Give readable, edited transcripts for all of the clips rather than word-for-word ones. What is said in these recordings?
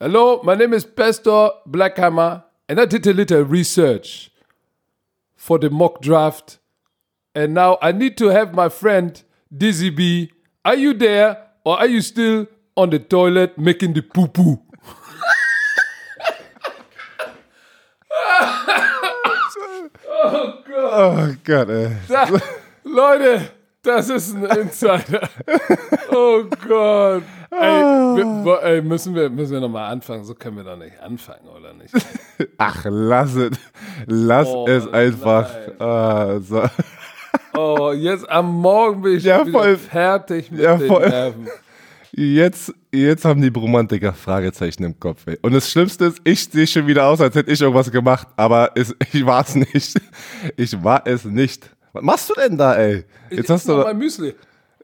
Hello, my name is Pastor Blackhammer, and I did a little research for the mock draft. And now I need to have my friend Dizzy B. Are you there, or are you still on the toilet making the poo-poo? Oh Gott, ey. Leute, das ist ein Insider. Oh Gott. Ey, müssen wir nochmal anfangen? So können wir doch nicht anfangen, oder nicht? Ach, lass es. Lass es einfach. So. Oh, jetzt am Morgen bin ich wieder fertig mit den Nerven. Jetzt haben die Bromantiker Fragezeichen im Kopf, ey. Und das Schlimmste ist, ich sehe schon wieder aus, als hätte ich irgendwas gemacht, aber ich war es nicht. Ich war es nicht. Was machst du denn da, ey? Jetzt hast du noch mein Müsli.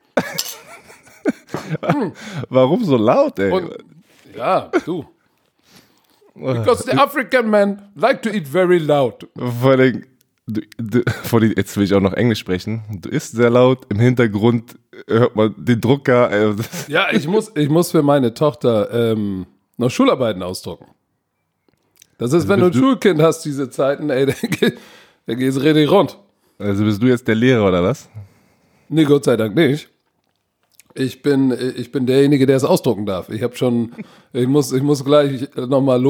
Warum so laut, ey? Und, ja, du. Because the African men like to eat very loud. Vor allem, jetzt will ich auch noch Englisch sprechen. Du isst sehr laut, im Hintergrund hört man den Drucker. Ja, ich muss für meine Tochter noch Schularbeiten ausdrucken. Das ist, also wenn du ein Schulkind hast, diese Zeiten, ey, dann geht's richtig rund. Also bist du jetzt der Lehrer, oder was? Nee, Gott sei Dank nicht. Ich bin derjenige, der es ausdrucken darf. Ich muss gleich nochmal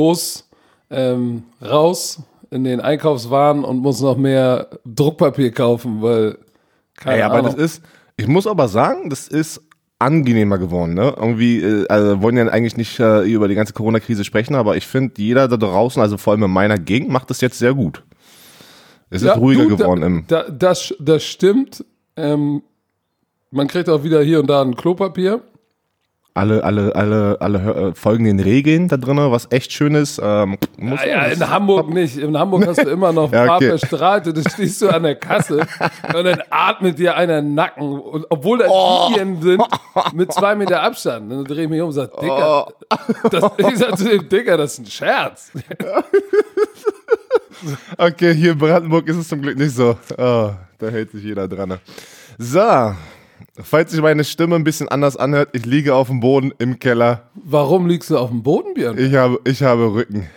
raus in den Einkaufswagen und muss noch mehr Druckpapier kaufen, weil keine Ahnung. Aber ich muss aber sagen, das ist angenehmer geworden, ne? Irgendwie, wir wollen ja eigentlich nicht über die ganze Corona-Krise sprechen, aber ich finde, jeder da draußen, also vor allem in meiner Gegend, macht das jetzt sehr gut. Es ist ruhiger geworden. Das stimmt. Man kriegt auch wieder hier und da ein Klopapier. Alle folgen den Regeln da drin, was echt schön ist. In Hamburg nicht. In Hamburg hast du immer noch ein paar Verstrahlte. Da stehst du an der Kasse und dann atmet dir einer in den Nacken. Und obwohl da Linien sind mit 2 Meter Abstand. Dann drehe ich mich um und sage, Dicker, ich sage zu dem Dicker, das ist ein Scherz. Okay, hier in Brandenburg ist es zum Glück nicht so. Oh, da hält sich jeder dran. So. Falls sich meine Stimme ein bisschen anders anhört, ich liege auf dem Boden im Keller. Warum liegst du auf dem Boden, Björn? Ich habe Rücken.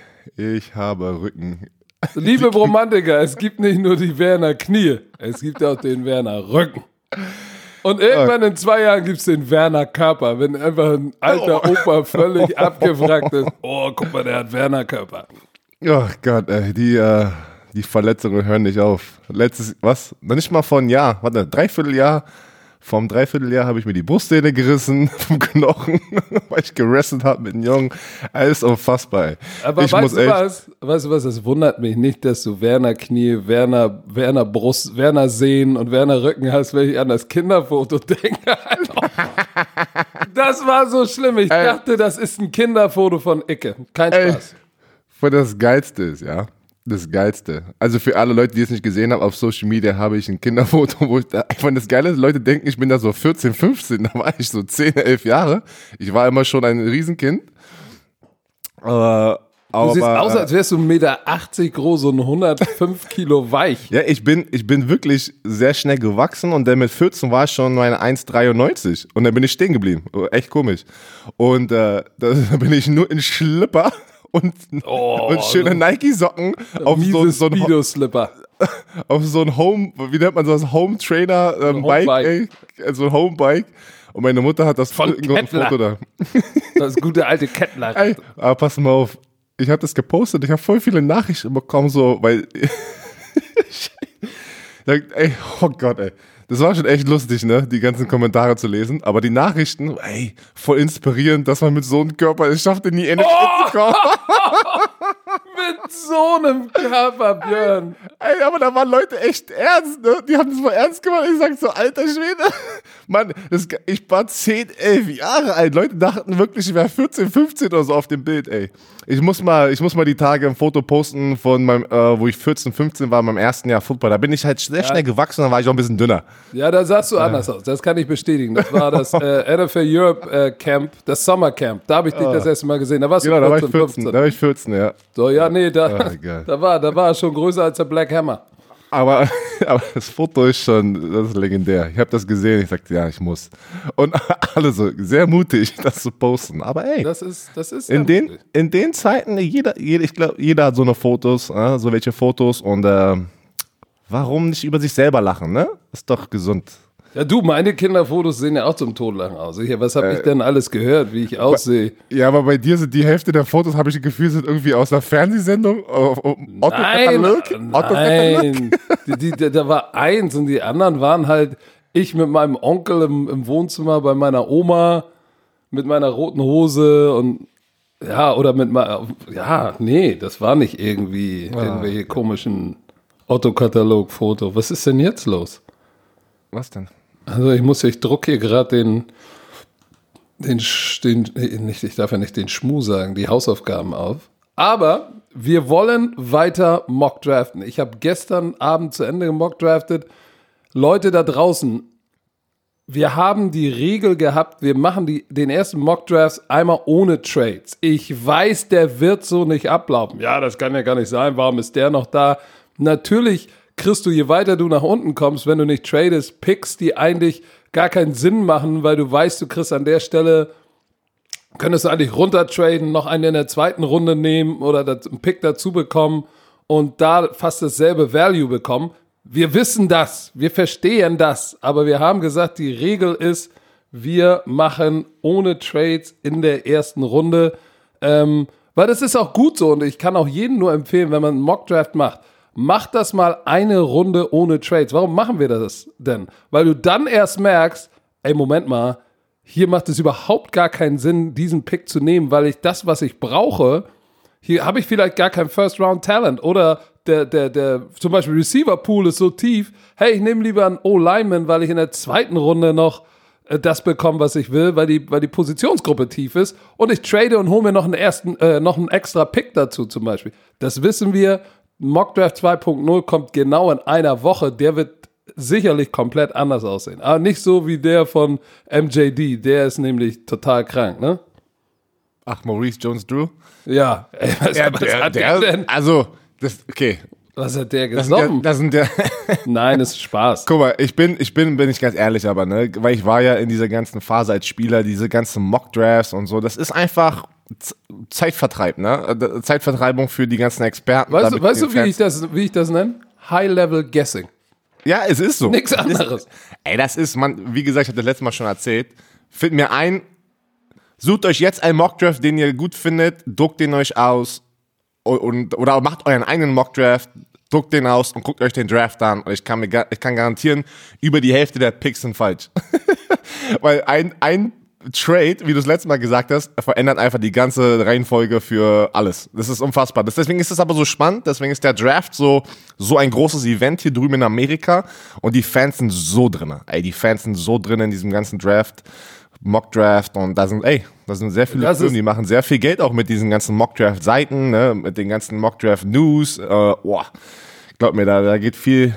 Liebe Bromantiker, es gibt nicht nur die Werner Knie, es gibt auch den Werner Rücken. Und irgendwann in 2 Jahren gibt es den Werner Körper, wenn einfach ein alter Opa völlig abgewrackt ist. Oh, guck mal, der hat Werner Körper. Oh Gott, ey, die Verletzungen hören nicht auf. Noch nicht mal vor einem Jahr, Dreivierteljahr. Vom Dreivierteljahr habe ich mir die Brustsehne gerissen vom Knochen, weil ich gewrestelt habe mit einem Jungen. Alles unfassbar, ey. Aber weißt du was, es wundert mich nicht, dass du Werner Knie, Werner Brust, Werner Sehnen und Werner Rücken hast, wenn ich an das Kinderfoto denke. Das war so schlimm. Ich dachte, das ist ein Kinderfoto von Icke. Kein Spaß. Das Geilste ist, ja. Das Geilste. Also für alle Leute, die es nicht gesehen haben, auf Social Media habe ich ein Kinderfoto, wo ich fand das Geile, Leute denken, ich bin da so 14, 15, da war ich so 10, 11 Jahre. Ich war immer schon ein Riesenkind. Du siehst aus, als wärst du 1,80 Meter groß und 105 Kilo weich. Ja, ich bin wirklich sehr schnell gewachsen und dann mit 14 war ich schon meine 1,93 und dann bin ich stehen geblieben. Echt komisch. Und da bin ich nur in Schlipper und schöne Nike-Socken auf so ein Speedo-Slipper. Auf so ein wie nennt man das, Home-Trainer, Bike, so ein Home-Bike. Und meine Mutter hat das von Kettler. Foto da. Das gute alte Kettler. Ey, aber pass mal auf, ich habe das gepostet, ich habe voll viele Nachrichten bekommen, so, weil ey, oh Gott, ey. Das war schon echt lustig, ne, die ganzen Kommentare zu lesen. Aber die Nachrichten, ey, voll inspirierend, dass man mit so einem Körper es schafft, in die NFL zu kommen. Mit so einem Körper, Björn. Ey, aber da waren Leute echt ernst, ne? Die haben das mal ernst gemacht. Ich sag so, alter Schwede. Mann, ich war 10, 11 Jahre alt. Leute dachten wirklich, ich wäre 14, 15 oder so auf dem Bild, ey. Ich muss mal die Tage ein Foto posten von meinem, wo ich 14, 15 war, in meinem ersten Jahr Football. Da bin ich halt sehr schnell gewachsen, dann war ich auch ein bisschen dünner. Ja, da sahst du anders aus. Das kann ich bestätigen. Das war das NFL Europe Camp, das Summer Camp. Da habe ich dich das erste Mal gesehen. Da warst du 14, da war ich 14, 15. Da war ich 14, ja. So, ja, nee, da war er schon größer als der Black Hammer. Aber das Foto ist das ist legendär. Ich habe das gesehen, ich sagte, ja, ich muss. Und alle so sehr mutig, das zu posten. Aber ey, das ist in den Zeiten, ich glaube, jeder hat so eine Fotos, so welche Fotos und warum nicht über sich selber lachen, ne? Ist doch gesund. Ja, du, meine Kinderfotos sehen ja auch zum Todlachen aus. Was habe ich denn alles gehört, wie ich aussehe? Ja, aber bei dir sind die Hälfte der Fotos, habe ich das Gefühl, sind irgendwie aus einer Fernsehsendung. Nein. Da war eins und die anderen waren halt ich mit meinem Onkel im Wohnzimmer bei meiner Oma mit meiner roten Hose und oder nee, das war nicht irgendwelche komischen Otto-Katalog-Foto. Was ist denn jetzt los? Was denn? Also ich drucke hier gerade ich darf ja nicht den Schmuh sagen, die Hausaufgaben auf. Aber wir wollen weiter mockdraften. Ich habe gestern Abend zu Ende gemockdraftet. Leute da draußen, wir haben die Regel gehabt, wir machen den ersten Mockdrafts einmal ohne Trades. Ich weiß, der wird so nicht ablaufen. Ja, das kann ja gar nicht sein. Warum ist der noch da? Natürlich kriegst du, je weiter du nach unten kommst, wenn du nicht tradest, Picks, die eigentlich gar keinen Sinn machen, weil du weißt, du kriegst an der Stelle, könntest du eigentlich runtertraden, noch einen in der zweiten Runde nehmen oder einen Pick dazu bekommen und da fast dasselbe Value bekommen. Wir wissen das, wir verstehen das, aber wir haben gesagt, die Regel ist, wir machen ohne Trades in der ersten Runde, weil das ist auch gut so und ich kann auch jedem nur empfehlen, wenn man einen Mockdraft macht, mach das mal eine Runde ohne Trades. Warum machen wir das denn? Weil du dann erst merkst, ey, Moment mal, hier macht es überhaupt gar keinen Sinn, diesen Pick zu nehmen, weil ich das, was ich brauche, hier habe ich vielleicht gar kein First-Round-Talent oder der zum Beispiel Receiver-Pool ist so tief, hey, ich nehme lieber einen O-Lineman, weil ich in der zweiten Runde noch das bekomme, was ich will, weil die Positionsgruppe tief ist und ich trade und hole mir noch einen extra Pick dazu zum Beispiel. Das wissen wir. Mockdraft 2.0 kommt genau in einer Woche. Der wird sicherlich komplett anders aussehen. Aber nicht so wie der von MJD. Der ist nämlich total krank, ne? Ach, Maurice Jones-Drew? Ja. Was hat der denn? Also, okay. Was hat der genommen? Nein, ist Spaß. Guck mal, bin ich ganz ehrlich, aber, ne, weil ich war ja in dieser ganzen Phase als Spieler, diese ganzen Mockdrafts und so, das ist einfach Zeitvertreib, ne? Zeitvertreibung für die ganzen Experten. Weißt du, wie ich das nenne? High-Level Guessing. Ja, es ist so. Nichts anderes. Das ist, wie gesagt, ich habe das letzte Mal schon erzählt, findet mir sucht euch jetzt einen Mockdraft, den ihr gut findet, druckt den euch aus oder macht euren eigenen Mockdraft, druckt den aus und guckt euch den Draft an und ich kann garantieren, über die Hälfte der Picks sind falsch. Weil ein Trade, wie du es letztes Mal gesagt hast, verändert einfach die ganze Reihenfolge für alles. Das ist unfassbar. Deswegen ist es aber so spannend, deswegen ist der Draft so ein großes Event hier drüben in Amerika und die Fans sind so drin. Die Fans sind so drin in diesem ganzen Draft, Mockdraft und da sind sehr viele Firmen, die machen sehr viel Geld auch mit diesen ganzen Mockdraft-Seiten, ne, mit den ganzen Mockdraft-News. Glaub mir, da geht viel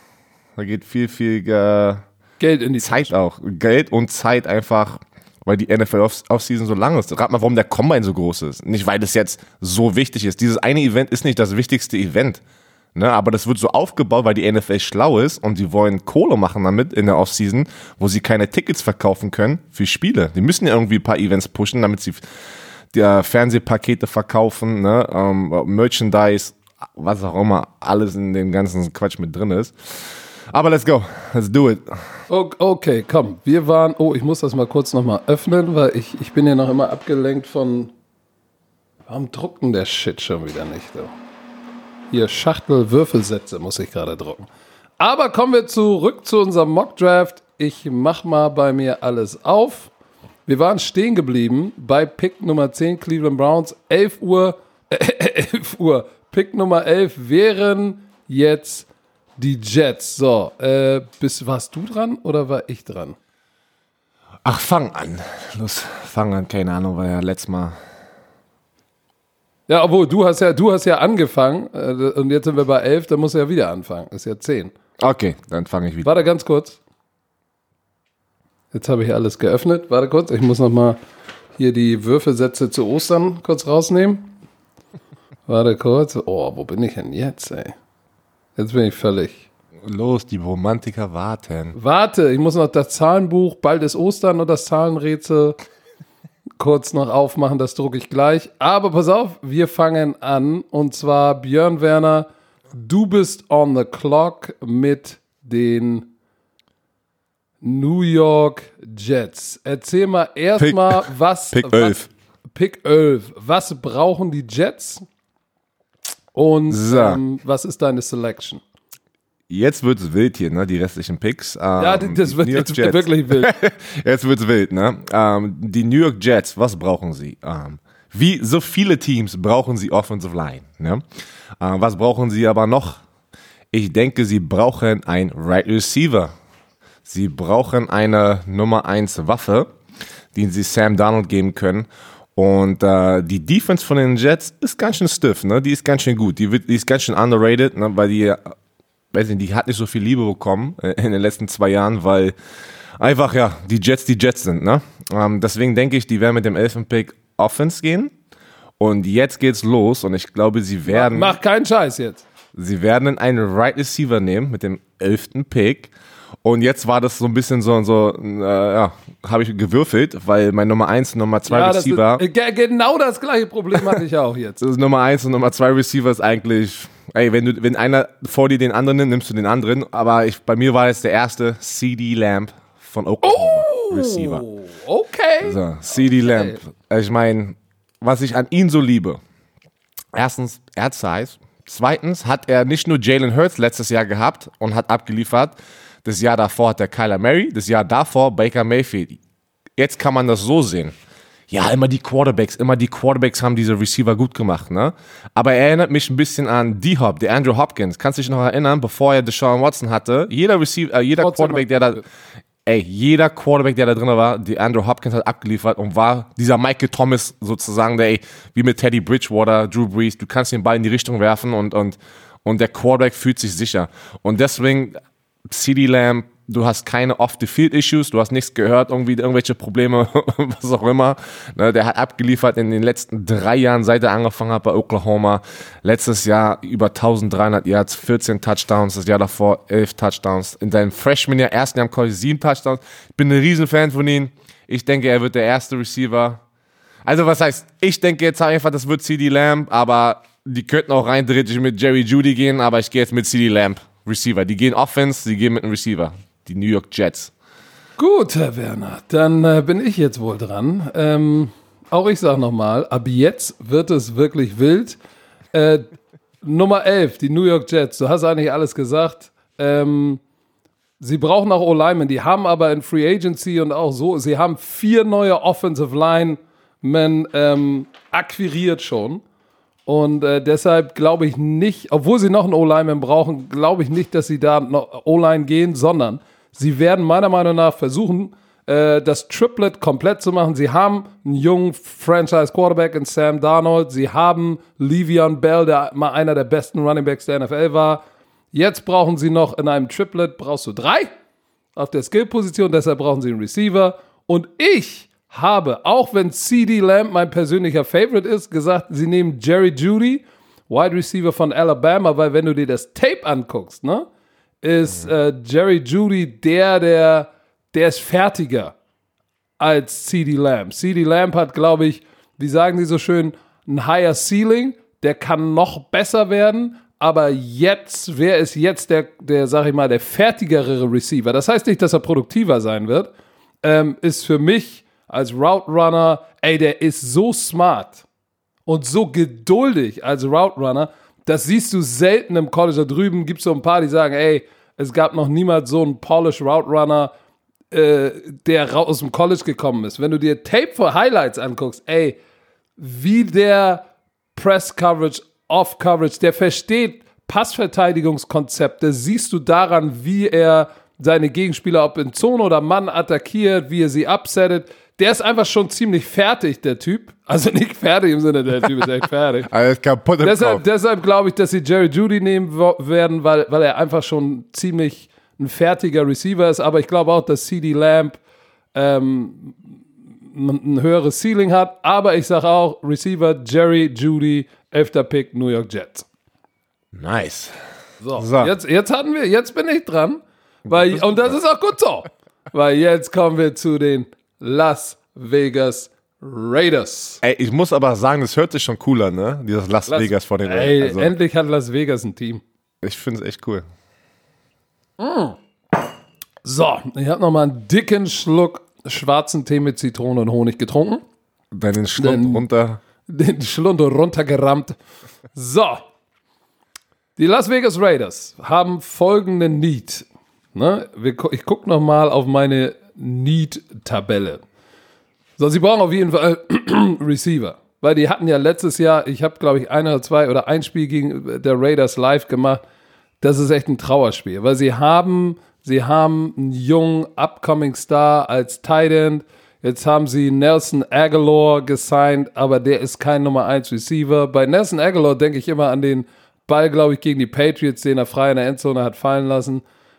Geld in die Zeit auch. Geld und Zeit einfach, weil die NFL-Offseason so lang ist. Rat mal, warum der Combine so groß ist. Nicht, weil das jetzt so wichtig ist. Dieses eine Event ist nicht das wichtigste Event. Ne? Aber das wird so aufgebaut, weil die NFL schlau ist und die wollen Kohle machen damit in der Offseason, wo sie keine Tickets verkaufen können für Spiele. Die müssen ja irgendwie ein paar Events pushen, damit sie Fernsehpakete verkaufen, ne? Merchandise, was auch immer, alles in dem ganzen Quatsch mit drin ist. Aber let's go. Let's do it. Okay, komm. Ich muss das mal kurz nochmal öffnen, weil ich bin ja noch immer abgelenkt von, warum druckt denn der Shit schon wieder nicht? So? Hier, Schachtel-Würfelsätze muss ich gerade drucken. Aber kommen wir zurück zu unserem Mockdraft. Ich mach mal bei mir alles auf. Wir waren stehen geblieben bei Pick Nummer 10, Cleveland Browns, 11 Uhr. Pick Nummer 11 wären jetzt die Jets. So, warst du dran oder war ich dran? Ach, fang an. Los, fang an. Keine Ahnung, war ja letztes Mal. Ja, obwohl, du hast ja angefangen und jetzt sind wir bei 11, dann musst du ja wieder anfangen. Ist ja 10. Okay, dann fange ich wieder. Warte ganz kurz. Jetzt habe ich alles geöffnet. Warte kurz, ich muss nochmal hier die Würfelsätze zu Ostern kurz rausnehmen. Warte kurz. Oh, wo bin ich denn jetzt, ey? Jetzt bin ich völlig. Los, die Romantiker warten. Warte, ich muss noch das Zahlenbuch, bald ist Ostern und das Zahlenrätsel kurz noch aufmachen, das drucke ich gleich. Aber pass auf, wir fangen an. Und zwar, Björn Werner, du bist on the clock mit den New York Jets. Erzähl mal erstmal, was... Pick 11. Pick 11. Was brauchen die Jets? Und was ist deine Selection? Jetzt wird es wild hier, ne? Die restlichen Picks. Ja, das wird jetzt wirklich wild. Jetzt wird es wild, ne? Die New York Jets, was brauchen sie? Wie so viele Teams brauchen sie Offensive Line, ne? Was brauchen sie aber noch? Ich denke, sie brauchen einen Right Receiver. Sie brauchen eine Nummer 1 Waffe, die sie Sam Darnold geben können. Und die Defense von den Jets ist ganz schön stiff, ne? Die ist ganz schön gut. Die ist ganz schön underrated, ne? Weil die hat nicht so viel Liebe bekommen in den letzten 2 Jahren, weil einfach, ja, die Jets sind, ne? Deswegen denke ich, die werden mit dem 11. Pick Offense gehen. Und jetzt geht's los und ich glaube, sie werden... Mach keinen Scheiß jetzt. Sie werden einen Right Receiver nehmen mit dem 11. Pick. Und jetzt war das so ein bisschen habe ich gewürfelt, weil mein Nummer 1 und Nummer 2 Receiver... Genau das gleiche Problem hatte ich auch jetzt. Das ist Nummer 1 und Nummer 2 Receiver ist eigentlich... Ey, wenn einer vor dir den anderen nimmt, nimmst du den anderen. Aber bei mir war es der erste CeeDee Lamb von Oklahoma Receiver. Okay. So, CeeDee Lamb. Ich meine, was ich an ihm so liebe. Erstens, er hat Size. Zweitens hat er nicht nur Jalen Hurts letztes Jahr gehabt und hat abgeliefert. Das Jahr davor hat er Kyler Murray. Das Jahr davor Baker Mayfield. Jetzt kann man das so sehen. Ja, immer die Quarterbacks haben diese Receiver gut gemacht, ne? Aber er erinnert mich ein bisschen an D-Hop, der Andrew Hopkins. Kannst du dich noch erinnern, bevor er Deshaun Watson hatte? Jeder Quarterback, der da drin war, die Andrew Hopkins hat abgeliefert und war dieser Michael Thomas sozusagen, der, wie mit Teddy Bridgewater, Drew Brees, du kannst den Ball in die Richtung werfen und der Quarterback fühlt sich sicher. Und deswegen, CeeDee Lamb, du hast keine Off-the-Field-Issues, du hast nichts gehört, irgendwelche Probleme, was auch immer. Der hat abgeliefert in den letzten 3 Jahren, seit er angefangen hat bei Oklahoma. Letztes Jahr über 1300 Yards, 14 Touchdowns, das Jahr davor 11 Touchdowns. In seinem Freshman-Jahr, ersten Jahr im College 7 Touchdowns. Ich bin ein Riesenfan von ihm. Ich denke, er wird der erste Receiver. Also was heißt, ich denke jetzt einfach, das wird CeeDee Lamb, aber die könnten auch rein theoretisch mit Jerry Jeudy gehen, aber ich gehe jetzt mit CeeDee Lamb, Receiver. Die gehen Offense, die gehen mit einem Receiver. Die New York Jets. Gut, Herr Werner, dann bin ich jetzt wohl dran. Auch ich sage nochmal, ab jetzt wird es wirklich wild. Nummer 11, die New York Jets. Du hast eigentlich alles gesagt. Sie brauchen auch O-Linemen. Die haben aber in Free Agency und auch so, sie haben 4 neue Offensive Linemen akquiriert schon. Und deshalb glaube ich nicht, obwohl sie noch einen O-Lineman brauchen, glaube ich nicht, dass sie da noch O-Line gehen, sondern sie werden meiner Meinung nach versuchen, das Triplet komplett zu machen. Sie haben einen jungen Franchise-Quarterback in Sam Darnold. Sie haben Le'Veon Bell, der mal einer der besten Runningbacks der NFL war. Jetzt brauchen sie noch in einem Triplet, brauchst du 3 auf der Skill-Position, deshalb brauchen sie einen Receiver. Und ich habe, auch wenn CeeDee Lamb mein persönlicher Favorite ist, gesagt, sie nehmen Jerry Jeudy, Wide Receiver von Alabama, weil wenn du dir das Tape anguckst, ne, ist Jerry Jeudy der ist fertiger als CeeDee Lamb. CeeDee Lamb hat, glaube ich, wie sagen die so schön, ein higher Ceiling, der kann noch besser werden, aber wer ist jetzt der, sag ich mal, der fertigere Receiver? Das heißt nicht, dass er produktiver sein wird, ist für mich als Route Runner, der ist so smart und so geduldig als Route Runner, das siehst du selten im College. Da drüben gibt es so ein paar, die sagen, es gab noch niemals so einen Polished Route Runner, der aus dem College gekommen ist. Wenn du dir Tape für Highlights anguckst, wie der Press-Coverage, Off-Coverage, der versteht Passverteidigungskonzepte, siehst du daran, wie er seine Gegenspieler, ob in Zone oder Mann, attackiert, wie er sie upsettet. Der ist einfach schon ziemlich fertig, der Typ. Also nicht fertig im Sinne, der Typ ist echt fertig. Alles kaputt im Kopf. Deshalb glaube ich, dass sie Jerry Jeudy nehmen werden, weil er einfach schon ziemlich ein fertiger Receiver ist. Aber ich glaube auch, dass CeeDee Lamb ein höheres Ceiling hat. Aber ich sage auch, Receiver Jerry Jeudy, 11. Pick, New York Jets. Nice. So. Jetzt bin ich dran. Und das ist auch gut so. Weil jetzt kommen wir zu den Las Vegas Raiders. Ey, ich muss aber sagen, das hört sich schon cooler, ne? Dieses Las Vegas vor den Raiders. Ey, also, endlich hat Las Vegas ein Team. Ich finde es echt cool. So, ich habe nochmal einen dicken Schluck schwarzen Tee mit Zitrone und Honig getrunken. Den Schlund runtergerammt. So. Die Las Vegas Raiders haben folgenden Need. Ne? Ich gucke nochmal auf meine Need-Tabelle. So, sie brauchen auf jeden Fall Receiver. Weil die hatten ja letztes Jahr, ich habe glaube ich ein Spiel gegen der Raiders live gemacht. Das ist echt ein Trauerspiel. Weil sie haben einen jungen Upcoming Star als Tight End. Jetzt haben sie Nelson Aguilar gesigned, aber der ist kein Nummer 1 Receiver. Bei Nelson Aguilar denke ich immer an den Ball, glaube ich, gegen die Patriots, den er frei in der Endzone hat fallen lassen.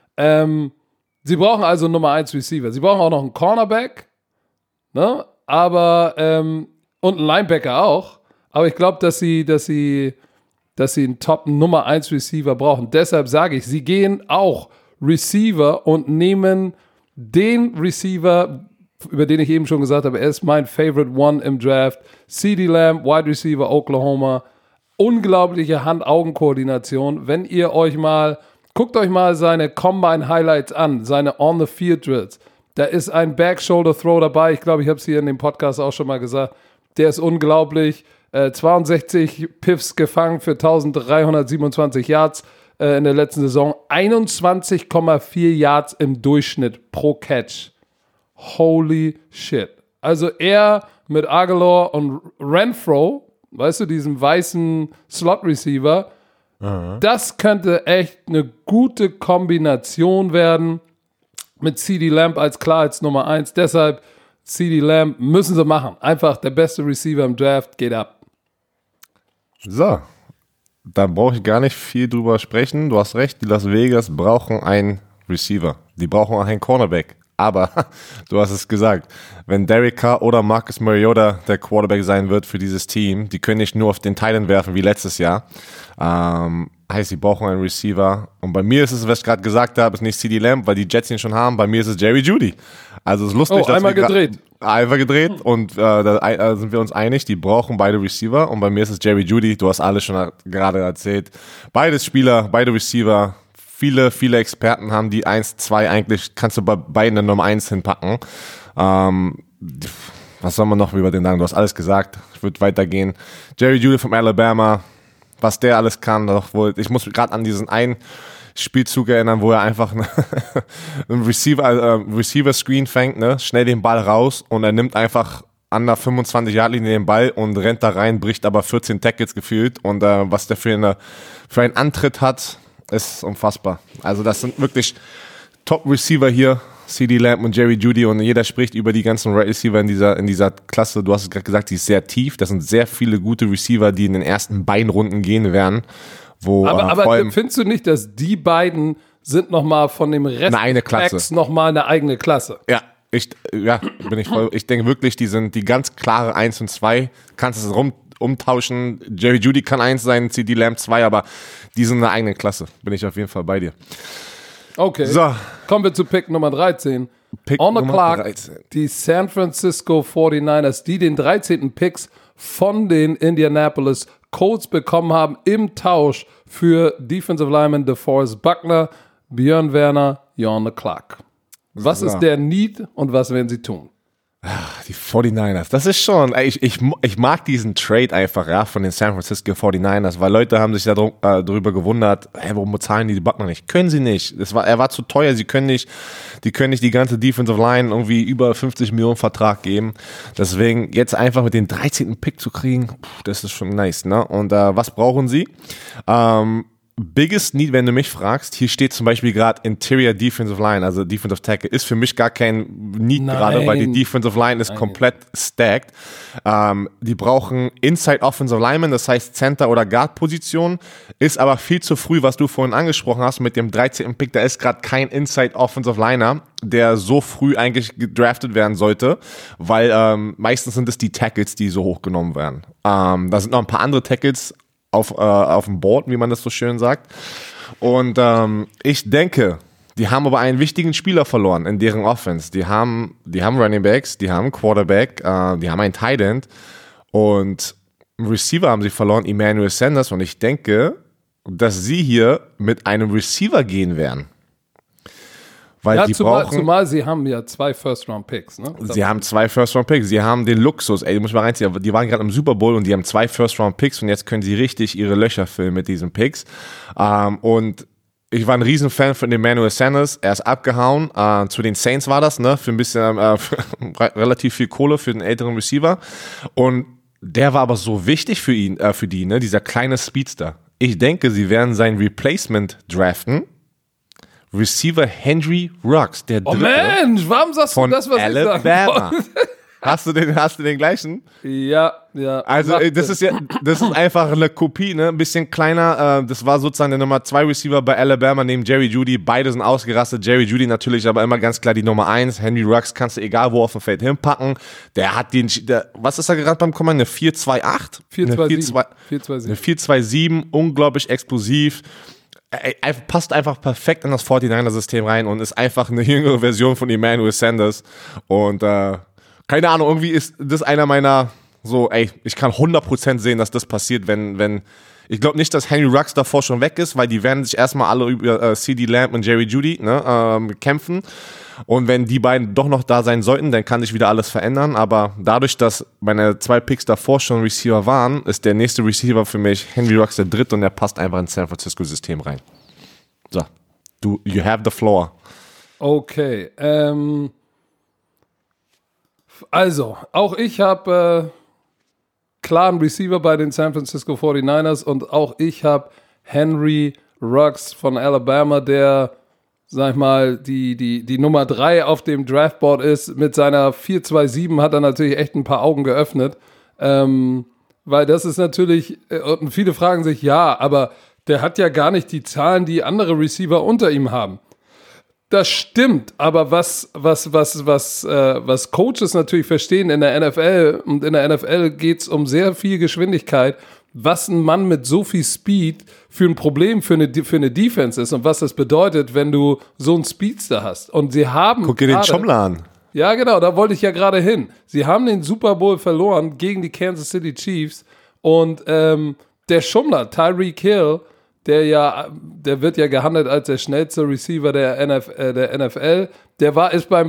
Sie brauchen also Nummer 1 Receiver. Sie brauchen auch noch einen Cornerback, ne? Aber und einen Linebacker auch. Aber ich glaube, dass sie einen Top Nummer 1 Receiver brauchen. Deshalb sage ich, sie gehen auch Receiver und nehmen den Receiver, über den ich eben schon gesagt habe, er ist mein Favorite One im Draft. CeeDee Lamb, Wide Receiver, Oklahoma. Unglaubliche Hand-Augen-Koordination. Wenn ihr guckt euch mal seine Combine-Highlights an, seine On-the-Field-Drills. Da ist ein Back-Shoulder-Throw dabei. Ich glaube, ich habe es hier in dem Podcast auch schon mal gesagt. Der ist unglaublich. 62 Piffs gefangen für 1327 Yards in der letzten Saison. 21,4 Yards im Durchschnitt pro Catch. Holy shit. Also er mit Aguilar und Renfro, weißt du, diesem weißen Slot-Receiver, das könnte echt eine gute Kombination werden mit CeeDee Lamb als Nummer 1. Deshalb CeeDee Lamb müssen sie machen. Einfach der beste Receiver im Draft, geht ab. So, da brauche ich gar nicht viel drüber sprechen. Du hast recht, die Las Vegas brauchen einen Receiver. Die brauchen auch einen Cornerback. Aber, du hast es gesagt, wenn Derek Carr oder Marcus Mariota der Quarterback sein wird für dieses Team, die können nicht nur auf den Tight End werfen wie letztes Jahr. Heißt, sie brauchen einen Receiver. Und bei mir ist es, was ich gerade gesagt habe, ist nicht CeeDee Lamb, weil die Jets ihn schon haben. Bei mir ist es Jerry Jeudy. Also es ist lustig, dass einmal gedreht. Einmal gedreht und da sind wir uns einig, die brauchen beide Receiver. Und bei mir ist es Jerry Jeudy, du hast alles schon gerade erzählt. Beide Spieler, beide Receiver. Viele Experten haben die 1, 2 eigentlich, kannst du bei beiden eine Nummer 1 hinpacken. Was soll man noch über den sagen? Du hast alles gesagt. Ich würde weitergehen. Jerry Jeudy vom Alabama, was der alles kann. Ich muss gerade an diesen einen Spielzug erinnern, wo er einfach einen Receiver-Screen fängt, ne? Schnell den Ball raus und er nimmt einfach an der 25-Yard-Linie den Ball und rennt da rein, bricht aber 14 Tackles gefühlt. Und was der für einen Antritt hat, ist unfassbar. Also das sind wirklich Top-Receiver hier, CeeDee Lamb und Jerry Jeudy, und jeder spricht über die ganzen Receiver in dieser Klasse. Du hast es gerade gesagt, die ist sehr tief. Das sind sehr viele gute Receiver, die in den ersten beiden Runden gehen werden. Aber findest du nicht, dass die beiden sind nochmal von dem Rest eine Klasse nochmal eine eigene Klasse? Ja. Ich denke wirklich, die sind die ganz klare 1 und 2. Kannst es umtauschen. Jerry Jeudy kann 1 sein, CeeDee Lamb 2, aber die sind eine eigene Klasse. Bin ich auf jeden Fall bei dir. Okay, so. Kommen wir zu Pick Nummer 13. On the clock, 13. Die San Francisco 49ers, die den 13. Picks von den Indianapolis Colts bekommen haben im Tausch für Defensive Lineman DeForest Buckner, Björn Werner, you're on the clock. Was ist der Need und was werden sie tun? Die 49ers, das ist schon, ich mag diesen Trade einfach, ja, von den San Francisco 49ers, weil Leute haben sich darüber gewundert, warum zahlen die Buckner nicht? Können sie nicht. Er war zu teuer, die können nicht die ganze Defensive Line irgendwie über 50 Millionen Vertrag geben. Deswegen jetzt einfach mit den 13. Pick zu kriegen, das ist schon nice, ne? Und was brauchen sie? Biggest Need, wenn du mich fragst, hier steht zum Beispiel gerade Interior Defensive Line, also Defensive Tackle, ist für mich gar kein Need gerade, weil die Defensive Line ist komplett stacked. Die brauchen Inside Offensive Lineman, das heißt Center- oder Guard-Position, ist aber viel zu früh, was du vorhin angesprochen hast mit dem 13. Pick, da ist gerade kein Inside Offensive Liner, der so früh eigentlich gedraftet werden sollte, weil meistens sind es die Tackles, die so hochgenommen werden. Da sind noch ein paar andere Tackles auf dem Board, wie man das so schön sagt. Und ich denke, die haben aber einen wichtigen Spieler verloren in deren Offense. Die haben Running Backs, die haben einen Quarterback, die haben einen Tight End und einen Receiver haben sie verloren, Emmanuel Sanders. Und ich denke, dass sie hier mit einem Receiver gehen werden. Weil die zumal sie haben ja 2 First-Round-Picks. Ne? Sie haben 2 First-Round-Picks. Sie haben den Luxus, du musst mal reinziehen, die waren gerade im Super Bowl und die haben 2 First-Round-Picks und jetzt können sie richtig ihre Löcher füllen mit diesen Picks. Und ich war ein Riesenfan von Emmanuel Sanders. Er ist abgehauen. Zu den Saints war das, ne? Für ein bisschen relativ viel Kohle für den älteren Receiver. Und der war aber so wichtig für die, ne? Dieser kleine Speedster. Ich denke, sie werden sein Replacement draften. Receiver Henry Ruggs, der dritte. Oh Mensch, warum sagst du das, was Alabama. ich sagen wollte? Hast du den gleichen? Ja. Also das ist einfach eine Kopie, ne? Ein bisschen kleiner. Das war sozusagen der Nummer 2 Receiver bei Alabama neben Jerry Jeudy. Beide sind ausgerastet. Jerry Jeudy natürlich, aber immer ganz klar die Nummer 1. Henry Ruggs kannst du egal wo auf dem Feld hinpacken. Der hat was ist er gerade beim Combine? Eine 4-2-8? 4-2-7. Eine 4-2-7, unglaublich explosiv. Passt einfach perfekt in das 49er-System rein und ist einfach eine jüngere Version von Emmanuel Sanders. Und keine Ahnung, irgendwie ist das einer meiner ich kann 100% sehen, dass das passiert, wenn ich glaube nicht, dass Henry Ruggs davor schon weg ist, weil die werden sich erstmal alle über CeeDee Lamb und Jerry Jeudy kämpfen. Und wenn die beiden doch noch da sein sollten, dann kann sich wieder alles verändern. Aber dadurch, dass meine 2 Picks davor schon Receiver waren, ist der nächste Receiver für mich Henry Ruggs der dritte und der passt einfach ins San Francisco-System rein. So, you have the floor. Okay, also, auch ich habe klaren Receiver bei den San Francisco 49ers und auch ich habe Henry Ruggs von Alabama, der, sag ich mal, die Nummer 3 auf dem Draftboard ist. Mit seiner 4-2-7 hat er natürlich echt ein paar Augen geöffnet, weil das ist natürlich, und viele fragen sich, ja, aber der hat ja gar nicht die Zahlen, die andere Receiver unter ihm haben. Das stimmt, aber was Coaches natürlich verstehen in der NFL, und in der NFL geht es um sehr viel Geschwindigkeit, was ein Mann mit so viel Speed für ein Problem für eine Defense ist und was das bedeutet, wenn du so einen Speedster hast. Und sie haben Guck dir den Schommler an. Ja, genau, da wollte ich ja gerade hin. Sie haben den Super Bowl verloren gegen die Kansas City Chiefs und der Schummler, Tyreek Hill, der wird ja gehandelt als der schnellste Receiver der NFL. Ist beim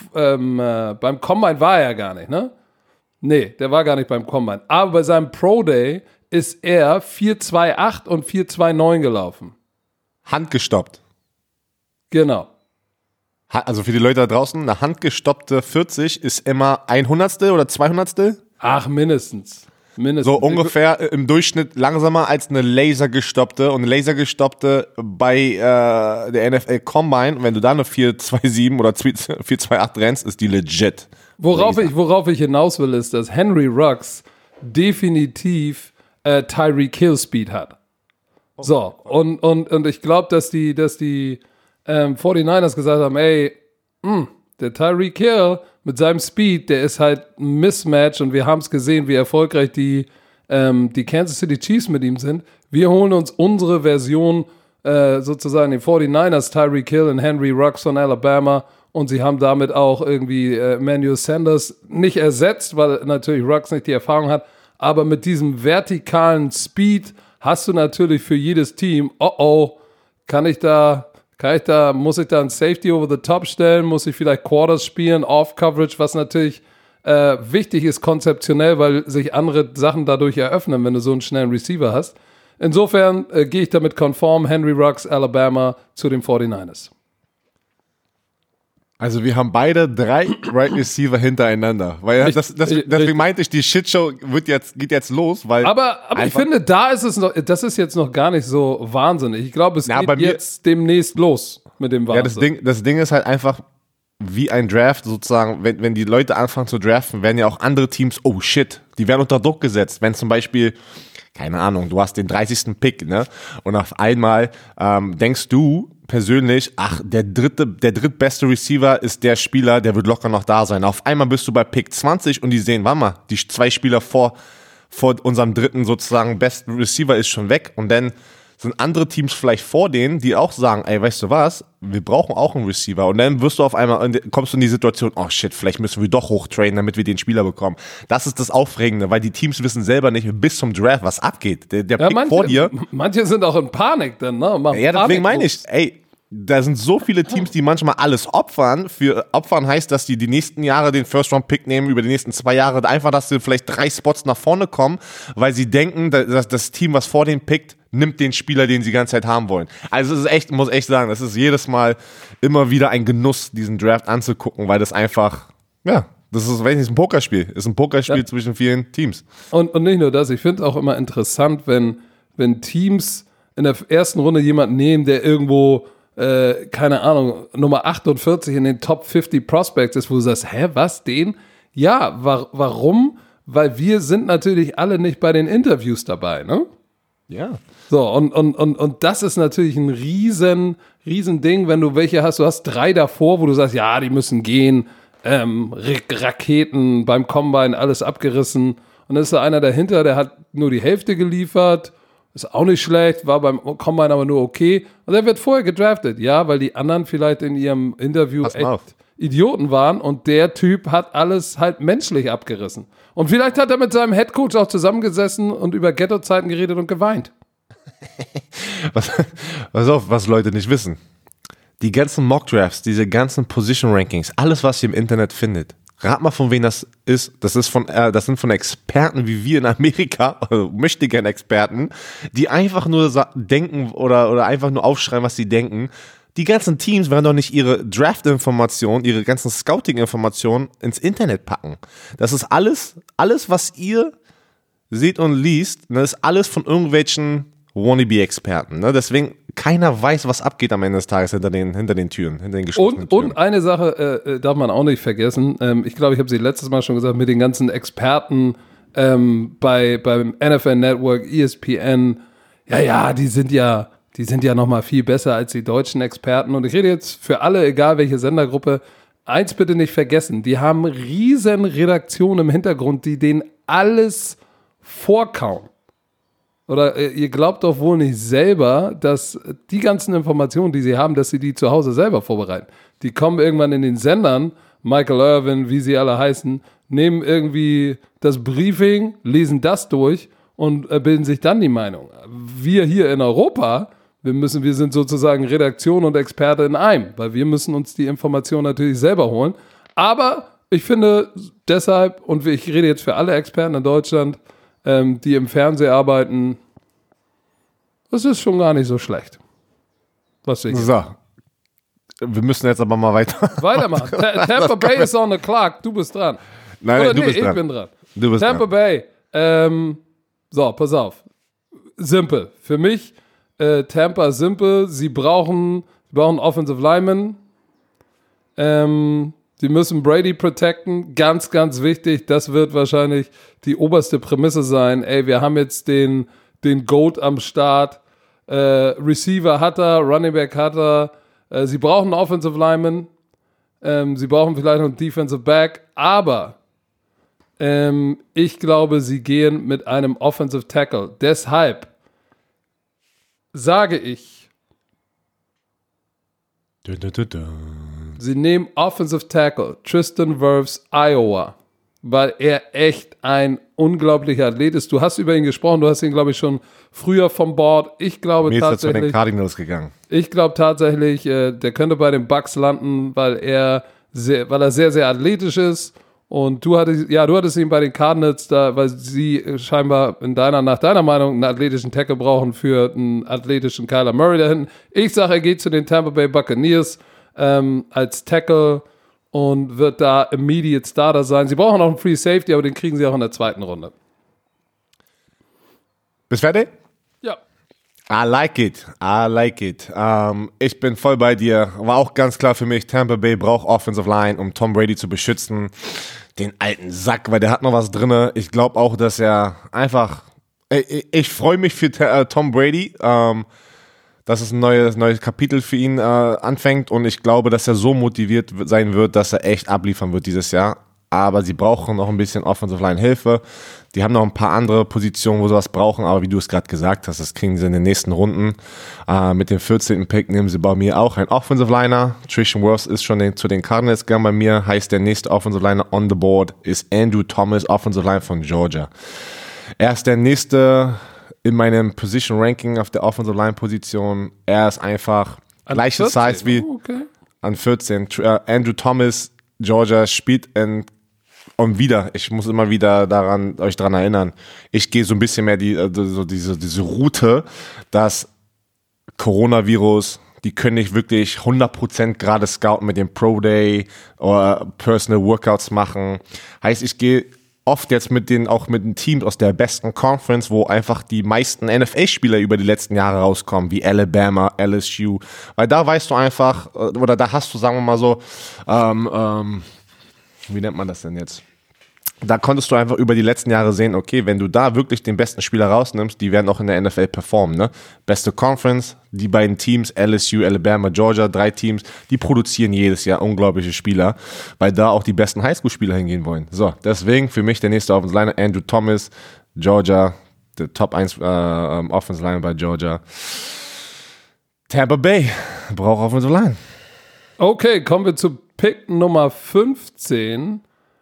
Combine war er gar nicht, ne? Nee, der war gar nicht beim Combine. Aber bei seinem Pro Day ist er 4-2-8 und 4-2-9 gelaufen. Handgestoppt. Genau. Also für die Leute da draußen, eine handgestoppte 40 ist immer 100. oder 200. Ach, mindestens. So ungefähr im Durchschnitt langsamer als eine lasergestoppte. Und eine lasergestoppte bei der NFL Combine, wenn du da eine 4-2-7 oder 4-2-8 rennst, ist die legit. Worauf ich hinaus will, ist, dass Henry Ruggs definitiv Tyreek Hill Speed hat. So, und ich glaube, dass die 49ers gesagt haben, der Tyreek Hill mit seinem Speed, der ist halt ein Mismatch und wir haben es gesehen, wie erfolgreich die Kansas City Chiefs mit ihm sind. Wir holen uns unsere Version, sozusagen den 49ers, Tyreek Hill und Henry Ruggs von Alabama, und sie haben damit auch irgendwie Emmanuel Sanders nicht ersetzt, weil natürlich Ruggs nicht die Erfahrung hat, aber mit diesem vertikalen Speed hast du natürlich für jedes Team, muss ich da ein Safety over the top stellen? Muss ich vielleicht Quarters spielen, Off-Coverage, was natürlich wichtig ist konzeptionell, weil sich andere Sachen dadurch eröffnen, wenn du so einen schnellen Receiver hast. Insofern gehe ich damit konform, Henry Ruggs, Alabama, zu den 49ers. Also wir haben beide 3 Right Receiver hintereinander. Weil deswegen meinte ich, die Shitshow geht jetzt los, weil. Aber ich finde, das ist jetzt noch gar nicht so wahnsinnig. Ich glaube, es geht jetzt demnächst los mit dem Wahnsinn. Ja, das Ding ist halt einfach wie ein Draft sozusagen, wenn die Leute anfangen zu draften, werden ja auch andere Teams, oh shit, die werden unter Druck gesetzt. Wenn zum Beispiel, keine Ahnung, du hast den 30. Pick, ne? Und auf einmal denkst du persönlich, der drittbeste Receiver ist der Spieler, der wird locker noch da sein. Auf einmal bist du bei Pick 20 und die sehen, warte mal, die 2 Spieler vor vor unserem dritten sozusagen besten Receiver ist schon weg und dann sind andere Teams vielleicht vor denen, die auch sagen, ey, weißt du was, wir brauchen auch einen Receiver und dann wirst du auf einmal, kommst du in die Situation, oh shit, vielleicht müssen wir doch hochtrainen, damit wir den Spieler bekommen. Das ist das Aufregende, weil die Teams wissen selber nicht bis zum Draft, was abgeht. Der Pick vor dir. Manche sind auch in Panik dann, ne? Ja, deswegen meine ich, ey, da sind so viele Teams, die manchmal alles opfern. Für opfern heißt, dass die nächsten Jahre den First-Round-Pick nehmen, über die nächsten 2 Jahre, einfach, dass sie vielleicht 3 Spots nach vorne kommen, weil sie denken, dass das Team, was vor denen pickt, nimmt den Spieler, den sie die ganze Zeit haben wollen. Also es ist echt, muss echt sagen, das ist jedes Mal immer wieder ein Genuss, diesen Draft anzugucken, weil das einfach, ja, das ist ein Pokerspiel. Ist ein Pokerspiel zwischen vielen Teams. Und nicht nur das, ich finde es auch immer interessant, wenn Teams in der ersten Runde jemanden nehmen, der irgendwo keine Ahnung, Nummer 48 in den Top 50 Prospects ist, wo du sagst, hä, was, den? Ja, warum? Weil wir sind natürlich alle nicht bei den Interviews dabei, ne? Ja. So, und das ist natürlich ein riesen Ding, wenn du welche hast, du hast 3 davor, wo du sagst, ja, die müssen gehen, Raketen beim Combine, alles abgerissen, und dann ist da einer dahinter, der hat nur die Hälfte geliefert, ist auch nicht schlecht, war beim Combine aber nur okay. Und er wird vorher gedraftet. Ja, weil die anderen vielleicht in ihrem Interview echt Idioten waren und der Typ hat alles halt menschlich abgerissen. Und vielleicht hat er mit seinem Headcoach auch zusammengesessen und über Ghetto-Zeiten geredet und geweint. Pass auf, was Leute nicht wissen. Die ganzen Mock-Drafts, diese ganzen Position-Rankings, alles, was ihr im Internet findet, rat mal, von wem das ist. Das sind von Experten wie wir in Amerika, also möchte gerne Experten, die einfach nur denken oder einfach nur aufschreiben, was sie denken. Die ganzen Teams werden doch nicht ihre Draft-Informationen, ihre ganzen Scouting-Informationen ins Internet packen. Das ist alles, was ihr seht und liest, das ist alles von irgendwelchen Wannabe-Experten. Ne? Deswegen, keiner weiß, was abgeht am Ende des Tages hinter den Türen, hinter den geschlossenen Türen. Und eine Sache darf man auch nicht vergessen. Ich glaube, ich habe sie letztes Mal schon gesagt, mit den ganzen Experten beim NFL Network, ESPN. Ja, die sind ja noch mal viel besser als die deutschen Experten. Und ich rede jetzt für alle, egal welche Sendergruppe, eins bitte nicht vergessen. Die haben riesen Redaktionen im Hintergrund, die denen alles vorkauen. Oder ihr glaubt doch wohl nicht selber, dass die ganzen Informationen, die sie haben, dass sie die zu Hause selber vorbereiten. Die kommen irgendwann in den Sendern, Michael Irvin, wie sie alle heißen, nehmen irgendwie das Briefing, lesen das durch und bilden sich dann die Meinung. Wir hier in Europa, wir sind sozusagen Redaktion und Experte in einem, weil wir müssen uns die Informationen natürlich selber holen. Aber ich finde deshalb, und ich rede jetzt für alle Experten in Deutschland, die im Fernsehen arbeiten, das ist schon gar nicht so schlecht. Was ich so, wir müssen jetzt aber mal weitermachen. Tampa Bay is on the clock, du bist dran. Nein, du bist dran. Ich bin dran. Tampa Bay, so, pass auf. Simpel. Für mich, Tampa simpel. Sie brauchen Offensive Linemen. Sie müssen Brady protecten, ganz, ganz wichtig. Das wird wahrscheinlich die oberste Prämisse sein. Ey, wir haben jetzt den GOAT am Start. Receiver hat er, Running Back hat er. Sie brauchen einen Offensive Lineman. Sie brauchen vielleicht noch einen Defensive Back. Aber ich glaube, sie gehen mit einem Offensive Tackle. Deshalb sage ich, sie nehmen Offensive Tackle, Tristan Wirfs, Iowa, weil er echt ein unglaublicher Athlet ist. Du hast über ihn gesprochen, du hast ihn, glaube ich, schon früher vom Board. Ich glaube mir tatsächlich, ist er zu den Cardinals gegangen. Ich glaube tatsächlich, der könnte bei den Bucks landen, weil er sehr, sehr athletisch ist. Und du hattest ihn bei den Cardinals, weil sie scheinbar nach deiner Meinung einen athletischen Tackle brauchen für einen athletischen Kyler Murray da hinten. Ich sage, er geht zu den Tampa Bay Buccaneers als Tackle und wird da Immediate Starter sein. Sie brauchen auch einen Free Safety, aber den kriegen sie auch in der 2. Runde. Bist fertig? Ja. I like it. Ich bin voll bei dir. War auch ganz klar für mich, Tampa Bay braucht Offensive Line, um Tom Brady zu beschützen. Den alten Sack, weil der hat noch was drin. Ich glaube auch, dass er einfach... Ich freue mich für Tom Brady, dass es ein neues Kapitel für ihn anfängt. Und ich glaube, dass er so motiviert sein wird, dass er echt abliefern wird dieses Jahr. aber sie brauchen noch ein bisschen Offensive Line Hilfe. Die haben noch ein paar andere Positionen, wo sie was brauchen, aber wie du es gerade gesagt hast, das kriegen sie in den nächsten Runden. Mit dem 14. Pick nehmen sie bei mir auch einen Offensive Liner. Trishan Wirfs ist schon zu den Cardinals gegangen bei mir, heißt der nächste Offensive Liner on the board ist Andrew Thomas, Offensive Line von Georgia. Er ist der nächste in meinem Position Ranking auf der Offensive Line Position. Er ist einfach gleiche Size wie an 14. Andrew Thomas, Georgia, spielt und wieder, ich muss immer wieder euch daran erinnern, ich gehe so ein bisschen mehr diese Route, dass Coronavirus, die können nicht wirklich 100% gerade scouten mit dem Pro Day oder Personal Workouts machen. Heißt, ich gehe oft jetzt mit den Teams aus der besten Conference, wo einfach die meisten NFL-Spieler über die letzten Jahre rauskommen, wie Alabama, LSU, weil da weißt du einfach, oder da hast du, sagen wir mal so, wie nennt man das denn jetzt? Da konntest du einfach über die letzten Jahre sehen, okay, wenn du da wirklich den besten Spieler rausnimmst, die werden auch in der NFL performen, ne? Beste Conference, die beiden Teams, LSU, Alabama, Georgia, 3 Teams, die produzieren jedes Jahr unglaubliche Spieler, weil da auch die besten Highschool-Spieler hingehen wollen. So, deswegen für mich der nächste Offensive Liner, Andrew Thomas, Georgia, der Top 1 Offensive Liner bei Georgia. Tampa Bay braucht Offensive Line. Okay, kommen wir zu Pick Nummer 15.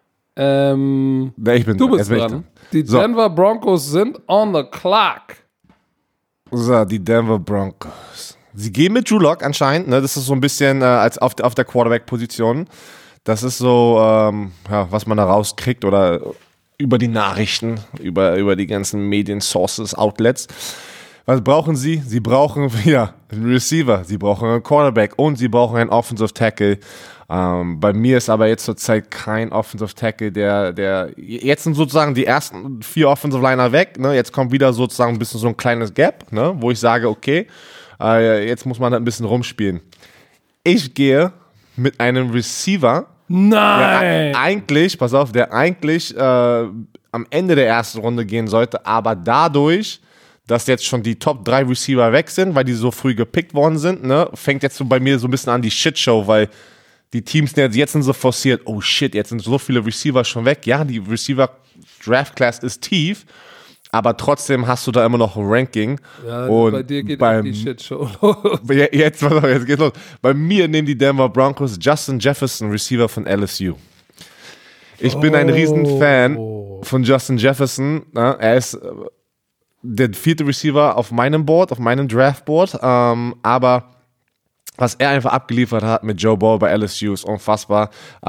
Du bist dran. Die Denver Broncos sind on the clock. So, die Denver Broncos. Sie gehen mit Drew Lock anscheinend. Ne? Das ist so ein bisschen als auf der Quarterback-Position. Das ist so, was man da rauskriegt oder über die Nachrichten, über die ganzen Medien-Sources, Outlets. Was brauchen sie? Sie brauchen einen Receiver, sie brauchen einen Quarterback und sie brauchen einen Offensive Tackle. Bei mir ist aber jetzt zurzeit kein Offensive Tackle, der jetzt sind sozusagen die ersten 4 Offensive Liner weg. Ne? Jetzt kommt wieder sozusagen ein bisschen so ein kleines Gap, ne? Wo ich sage, okay, jetzt muss man da ein bisschen rumspielen. Ich gehe mit einem Receiver. Nein! Der eigentlich am Ende der ersten Runde gehen sollte, aber dadurch, dass jetzt schon die Top 3 Receiver weg sind, weil die so früh gepickt worden sind, ne, fängt jetzt so bei mir so ein bisschen an die Shitshow, weil die Teams jetzt sind so forciert, oh shit, jetzt sind so viele Receiver schon weg. Ja, die Receiver-Draft-Class ist tief, aber trotzdem hast du da immer noch ein Ranking. Ja, und bei dir geht die Shitshow los. Jetzt geht's los. Bei mir nehmen die Denver Broncos Justin Jefferson, Receiver von LSU. Ich bin ein Riesenfan von Justin Jefferson. Ne? Er ist der 4. Receiver auf meinem Board, auf meinem Draftboard, aber was er einfach abgeliefert hat mit Joe Burrow bei LSU ist unfassbar.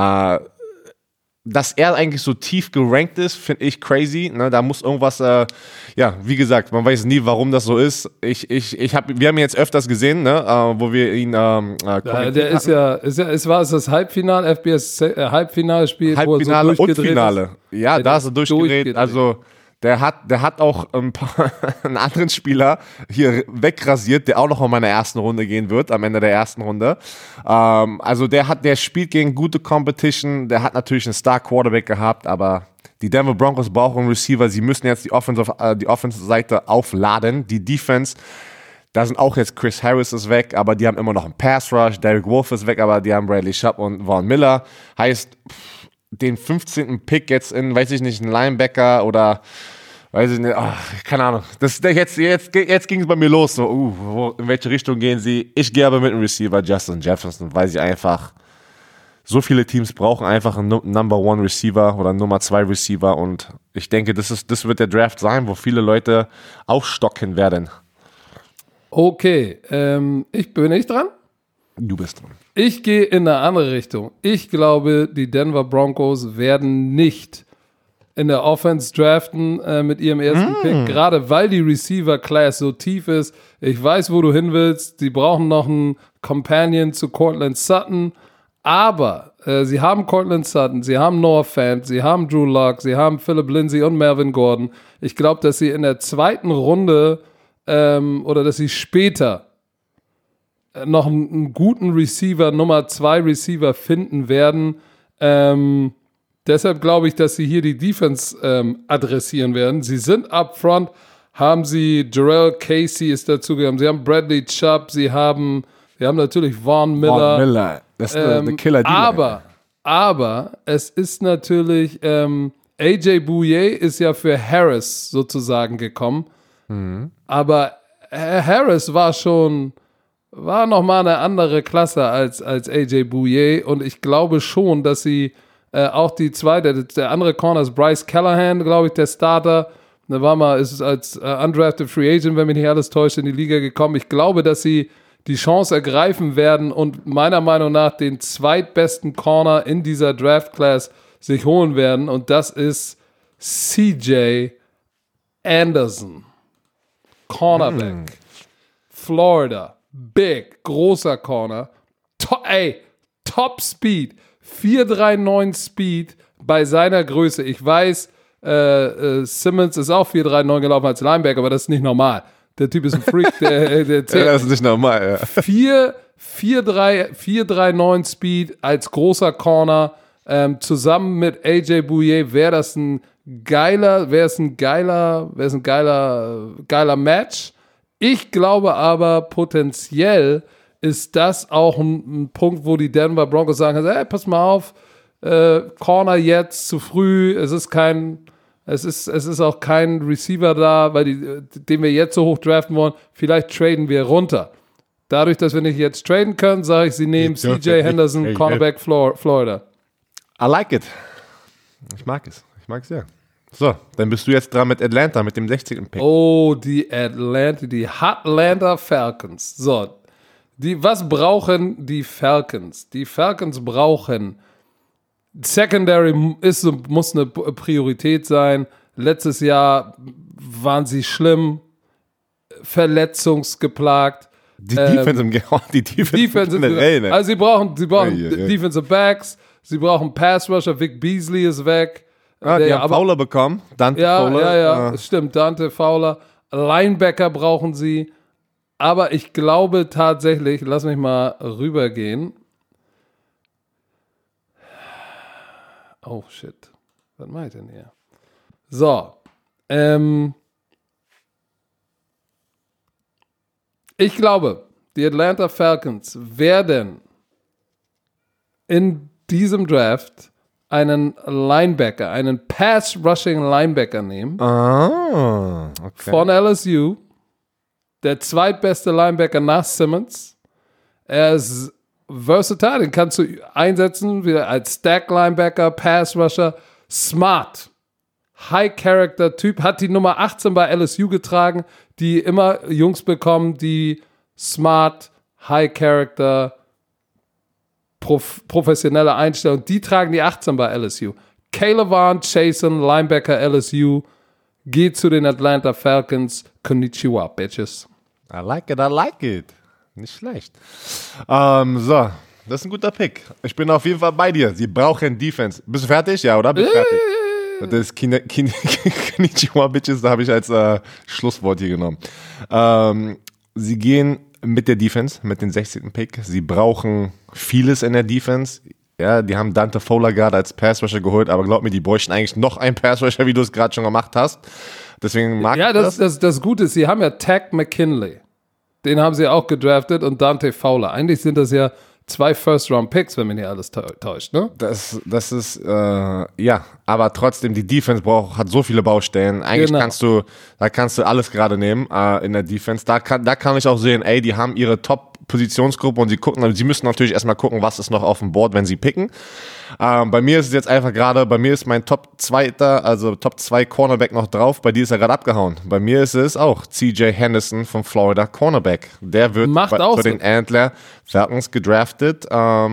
Dass er eigentlich so tief gerankt ist, finde ich crazy. Ne? Da muss irgendwas, wie gesagt, man weiß nie, warum das so ist. Wir haben ihn jetzt öfters gesehen, ne? Wo wir ihn der ist es war das Halbfinale, FBS Halbfinalspiel, Halbfinale wo er so und Finale. Ja, da ist er durchgedreht. Also der hat auch einen anderen Spieler hier wegrasiert, der auch noch in meiner ersten Runde gehen wird, am Ende der ersten Runde. Also der spielt gegen gute Competition, der hat natürlich einen Star-Quarterback gehabt, aber die Denver Broncos brauchen einen Receiver, sie müssen jetzt die Offensive-Seite aufladen, die Defense, da sind auch jetzt Chris Harris ist weg, aber die haben immer noch einen Pass-Rush, Derek Wolf ist weg, aber die haben Bradley Schupp und Von Miller, heißt den 15. Pick jetzt in, weiß ich nicht, einen Linebacker oder weiß ich nicht, keine Ahnung. Jetzt ging es bei mir los. So, in welche Richtung gehen sie? Ich gehe aber mit dem Receiver Justin Jefferson, weil sie einfach so viele Teams brauchen einfach einen Number 1 Receiver oder Nummer 2 Receiver und ich denke, das wird der Draft sein, wo viele Leute aufstocken werden. Okay, bin ich dran? Du bist dran. Ich gehe in eine andere Richtung. Ich glaube, die Denver Broncos werden nicht in der Offense draften mit ihrem ersten Pick, gerade weil die Receiver-Class so tief ist. Ich weiß, wo du hin willst. Die brauchen noch einen Companion zu Courtland Sutton, aber sie haben Courtland Sutton, sie haben Noah Fant, sie haben Drew Lock, sie haben Phillip Lindsay und Melvin Gordon. Ich glaube, dass sie in der zweiten Runde oder dass sie später noch einen guten Receiver, Nummer 2 Receiver finden werden. Deshalb glaube ich, dass sie hier die Defense adressieren werden. Sie sind up front, haben sie Jarrell Casey ist dazugekommen, sie haben Bradley Chubb, sie haben natürlich Von Miller. Das ist eine Killer-Dealer. Aber Aber es ist natürlich, AJ Bouye ist ja für Harris sozusagen gekommen. Aber Harris war nochmal eine andere Klasse als AJ Bouye. Und ich glaube schon, dass sie auch die zweite, der andere Corner ist Bryce Callahan, glaube ich, der Starter. Ist als undrafted Free Agent, wenn mich nicht alles täuscht, in die Liga gekommen. Ich glaube, dass sie die Chance ergreifen werden und meiner Meinung nach den zweitbesten Corner in dieser Draft Class sich holen werden. Und das ist CJ Anderson. Cornerback. Florida. Big. Großer Corner. Top Speed. 4,39 Speed bei seiner Größe. Ich weiß, Simmons ist auch 4,39 gelaufen als Linebacker, aber das ist nicht normal. Der Typ ist ein Freak, der zählt. Ja, das ist nicht normal, ja. 4,39 Speed als großer Corner, zusammen mit AJ Bouye wäre es ein geiler Match. Ich glaube aber, potenziell ist das auch ein Punkt, wo die Denver Broncos sagen, hey, pass mal auf, Corner jetzt zu früh, es ist auch kein Receiver da, den wir jetzt so hoch draften wollen. Vielleicht traden wir runter. Dadurch, dass wir nicht jetzt traden können, sage ich, sie nehmen CJ Henderson, Cornerback Florida. I like it. Ich mag es sehr. So, dann bist du jetzt dran mit Atlanta, mit dem 60. Pick. Oh, die Atlanta Falcons. So, was brauchen die Falcons? Die Falcons brauchen Secondary muss eine Priorität sein. Letztes Jahr waren sie schlimm, verletzungsgeplagt. Die Defense generell, ne? Also sie brauchen Defensive Backs, sie brauchen Pass Rusher, Vic Beasley ist weg. Die haben Fowler bekommen, Dante Fowler. Ja, stimmt, Dante Fowler. Linebacker brauchen sie. Aber ich glaube tatsächlich, lass mich mal rübergehen. Oh, shit. Was mache ich denn hier? So. Ich glaube, die Atlanta Falcons werden in diesem Draft einen Linebacker, einen Pass-Rushing-Linebacker nehmen. Okay. Von LSU. Der zweitbeste Linebacker nach Simmons. Er ist versatile, den kannst du einsetzen, wieder als Stack-Linebacker, Pass-Rusher, smart, High-Character-Typ, hat die Nummer 18 bei LSU getragen, die immer Jungs bekommen, die smart, High-Character, professionelle Einstellung, die tragen die 18 bei LSU. Caleb Chasen, Linebacker LSU, geht zu den Atlanta Falcons. Konnichiwa, bitches. I like it. Nicht schlecht. So, das ist ein guter Pick. Ich bin auf jeden Fall bei dir. Sie brauchen Defense. Bist du fertig? Ja, oder? Bist du fertig? Das ist Konnichiwa, Bitches, da habe ich als Schlusswort hier genommen. Sie gehen mit der Defense, mit dem 60. Pick. Sie brauchen vieles in der Defense. Ja, die haben Dante Fowler gerade als Pass-Rusher geholt, aber glaub mir, die bräuchten eigentlich noch einen Pass-Rusher, wie du es gerade schon gemacht hast. Deswegen mag ich das. Ja, das Gute ist, sie haben ja Takk McKinley. Den haben sie auch gedraftet und Dante Fowler. Eigentlich sind das ja 2 First-Round-Picks, wenn mich nicht alles täuscht, ne? Das ist, ja, aber trotzdem, die Defense hat so viele Baustellen. Eigentlich kannst du alles gerade nehmen in der Defense. Da kann ich auch sehen, ey, die haben ihre Top-Positionsgruppe und sie müssen natürlich erstmal gucken, was ist noch auf dem Board, wenn sie picken. Bei mir ist es jetzt einfach gerade, bei mir ist mein Top 2 Cornerback noch drauf, bei dir ist er gerade abgehauen. Bei mir ist es auch CJ Henderson von Florida, Cornerback. Der wird zu den Antler Falcons gedraftet. Ja,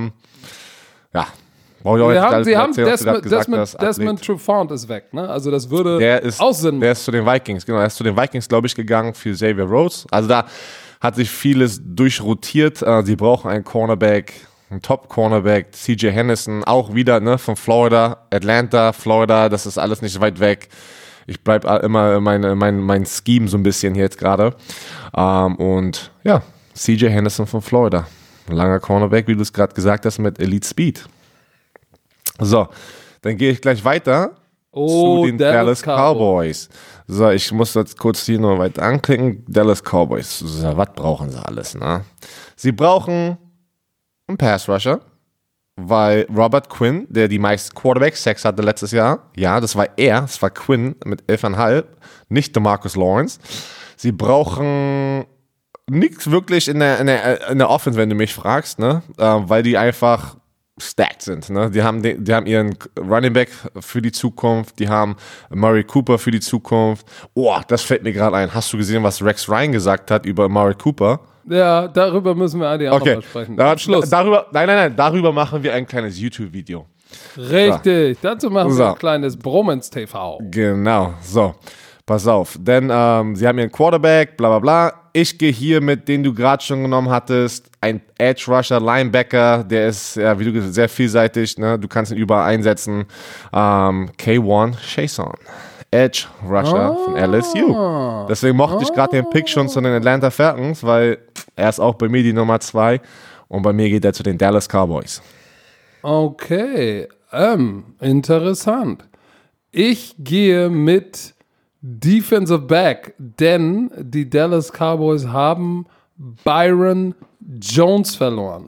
Sie haben Desmond Trufant ist weg, ne? Also das würde auch Sinn machen. Der ist zu den Vikings, genau. Er ist zu den Vikings, glaube ich, gegangen für Xavier Rhodes. Also da hat sich vieles durchrotiert. Sie brauchen einen Cornerback, einen Top-Cornerback. CJ Henderson, auch wieder, ne, von Florida, Atlanta, Florida, das ist alles nicht weit weg. Ich bleibe immer mein Scheme so ein bisschen hier jetzt gerade. Und ja, CJ Henderson von Florida. Ein langer Cornerback, wie du es gerade gesagt hast, mit Elite Speed. So, dann gehe ich gleich weiter zu den Dallas Cowboys. So, ich muss jetzt kurz hier noch weiter anklicken. Dallas Cowboys. So, was brauchen sie alles, ne? Sie brauchen einen Pass-Rusher, weil Robert Quinn, der die meisten Quarterback-Sacks hatte letztes Jahr, ja, das war Quinn mit 11,5, nicht DeMarcus Lawrence. Sie brauchen nichts wirklich in der Offense, wenn du mich fragst, ne? Weil die einfach stacked sind. Ne? Die haben ihren Running Back für die Zukunft, die haben Amari Cooper für die Zukunft. Oh, das fällt mir gerade ein. Hast du gesehen, was Rex Ryan gesagt hat über Amari Cooper? Ja, darüber müssen wir eigentlich auch noch mal sprechen. Schluss. Darüber machen wir ein kleines YouTube-Video. Richtig, so. Dazu machen wir ein kleines Bromance-TV. Genau, so. Pass auf, denn sie haben ihren Quarterback, bla bla bla. Ich gehe hier mit, den du gerade schon genommen hattest, ein Edge-Rusher, Linebacker, der ist, ja, wie du gesagt hast, sehr vielseitig, ne? Du kannst ihn überall einsetzen. K1 Chason, Edge-Rusher von LSU. Deswegen mochte ich gerade den Pick schon zu den Atlanta Falcons, weil er ist auch bei mir die Nummer 2 und bei mir geht er zu den Dallas Cowboys. Okay, interessant. Ich gehe mit Defensive Back, denn die Dallas Cowboys haben Byron Jones verloren.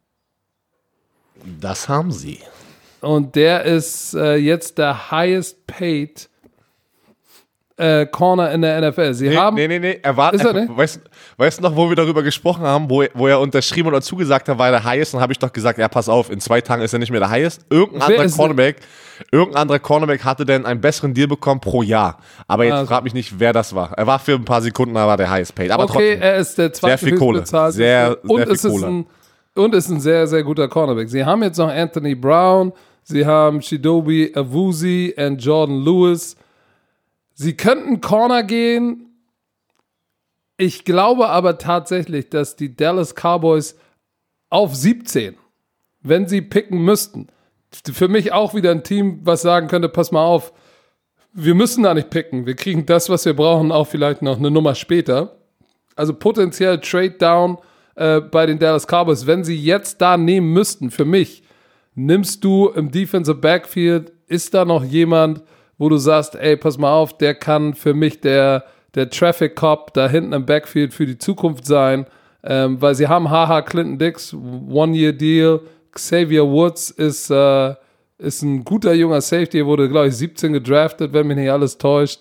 Das haben sie. Und der ist jetzt der highest paid Corner in der NFL. Nee. Weißt du noch, wo wir darüber gesprochen haben, wo er unterschrieben oder zugesagt hat, war er der highest, und habe ich doch gesagt, ja, pass auf, in 2 Tagen ist er nicht mehr der highest. Irgendein anderer Cornerback hatte denn einen besseren Deal bekommen pro Jahr. Aber jetzt frag mich nicht, wer das war. Er war für ein paar Sekunden, aber der highest paid. Aber okay, trotzdem, er ist der zweite sehr viel Kohle. Sehr viel Kohle. Und ist ein sehr, sehr guter Cornerback. Sie haben jetzt noch Anthony Brown, sie haben Chidobe Awuzie und Jordan Lewis. Sie könnten Corner gehen. Ich glaube aber tatsächlich, dass die Dallas Cowboys auf 17, wenn sie picken müssten, für mich auch wieder ein Team, was sagen könnte, pass mal auf, wir müssen da nicht picken. Wir kriegen das, was wir brauchen, auch vielleicht noch eine Nummer später. Also potenziell Trade Down bei den Dallas Cowboys. Wenn sie jetzt da nehmen müssten, für mich, nimmst du im Defensive Backfield, ist da noch jemand, wo du sagst, ey, pass mal auf, der kann für mich der Traffic Cop da hinten im Backfield für die Zukunft sein, weil sie haben Clinton Dix, One-Year-Deal, Xavier Woods ist ein guter junger Safety, wurde, glaube ich, 17 gedraftet, wenn mich nicht alles täuscht.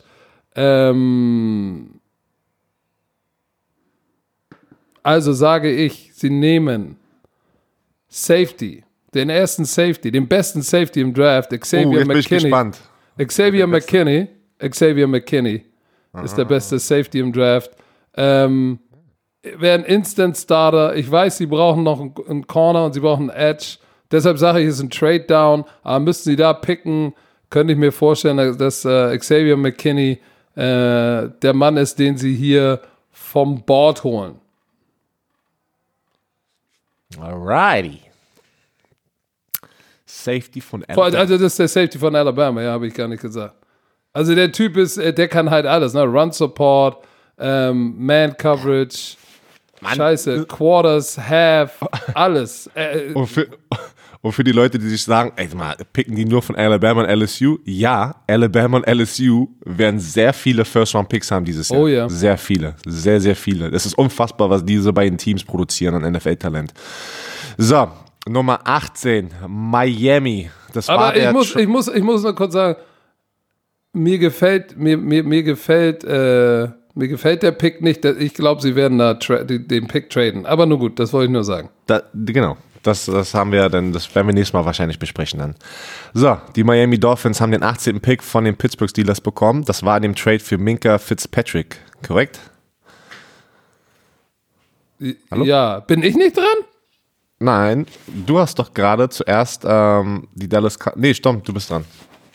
Also sage ich, sie nehmen Safety, den ersten Safety, den besten Safety im Draft, Xavier McKinney. Bin ich gespannt. Xavier McKinney ist der beste Safety im Draft. Wäre ein Instant-Starter. Ich weiß, sie brauchen noch einen Corner und sie brauchen einen Edge. Deshalb sage ich, es ist ein Trade-Down. Aber müssten sie da picken, könnte ich mir vorstellen, dass Xavier McKinney der Mann ist, den sie hier vom Board holen. Alrighty. Safety von Alabama. Also das ist der Safety von Alabama, ja, habe ich gar nicht gesagt. Also der Typ ist, der kann halt alles, ne? Run Support, Man Coverage, Scheiße, Quarters, Half, alles. Und für die Leute, die sich sagen, ey, mal, picken die nur von Alabama und LSU? Ja, Alabama und LSU werden sehr viele First-Round-Picks haben dieses Jahr. Oh ja. Sehr viele, sehr, sehr viele. Es ist unfassbar, was diese beiden Teams produzieren an NFL-Talent. So, Nummer 18, Miami. Das aber war ich muss nur kurz sagen, mir gefällt der Pick nicht. Ich glaube, sie werden da den Pick traden. Aber nur gut, das wollte ich nur sagen. Genau. Das haben wir dann, das werden wir nächstes Mal wahrscheinlich besprechen dann. So, die Miami Dolphins haben den 18. Pick von den Pittsburgh Steelers bekommen. Das war in dem Trade für Minkah Fitzpatrick, korrekt? Hallo? Ja, bin ich nicht dran? Nein, du hast doch gerade zuerst die Dallas... Nee, stimmt, du bist dran.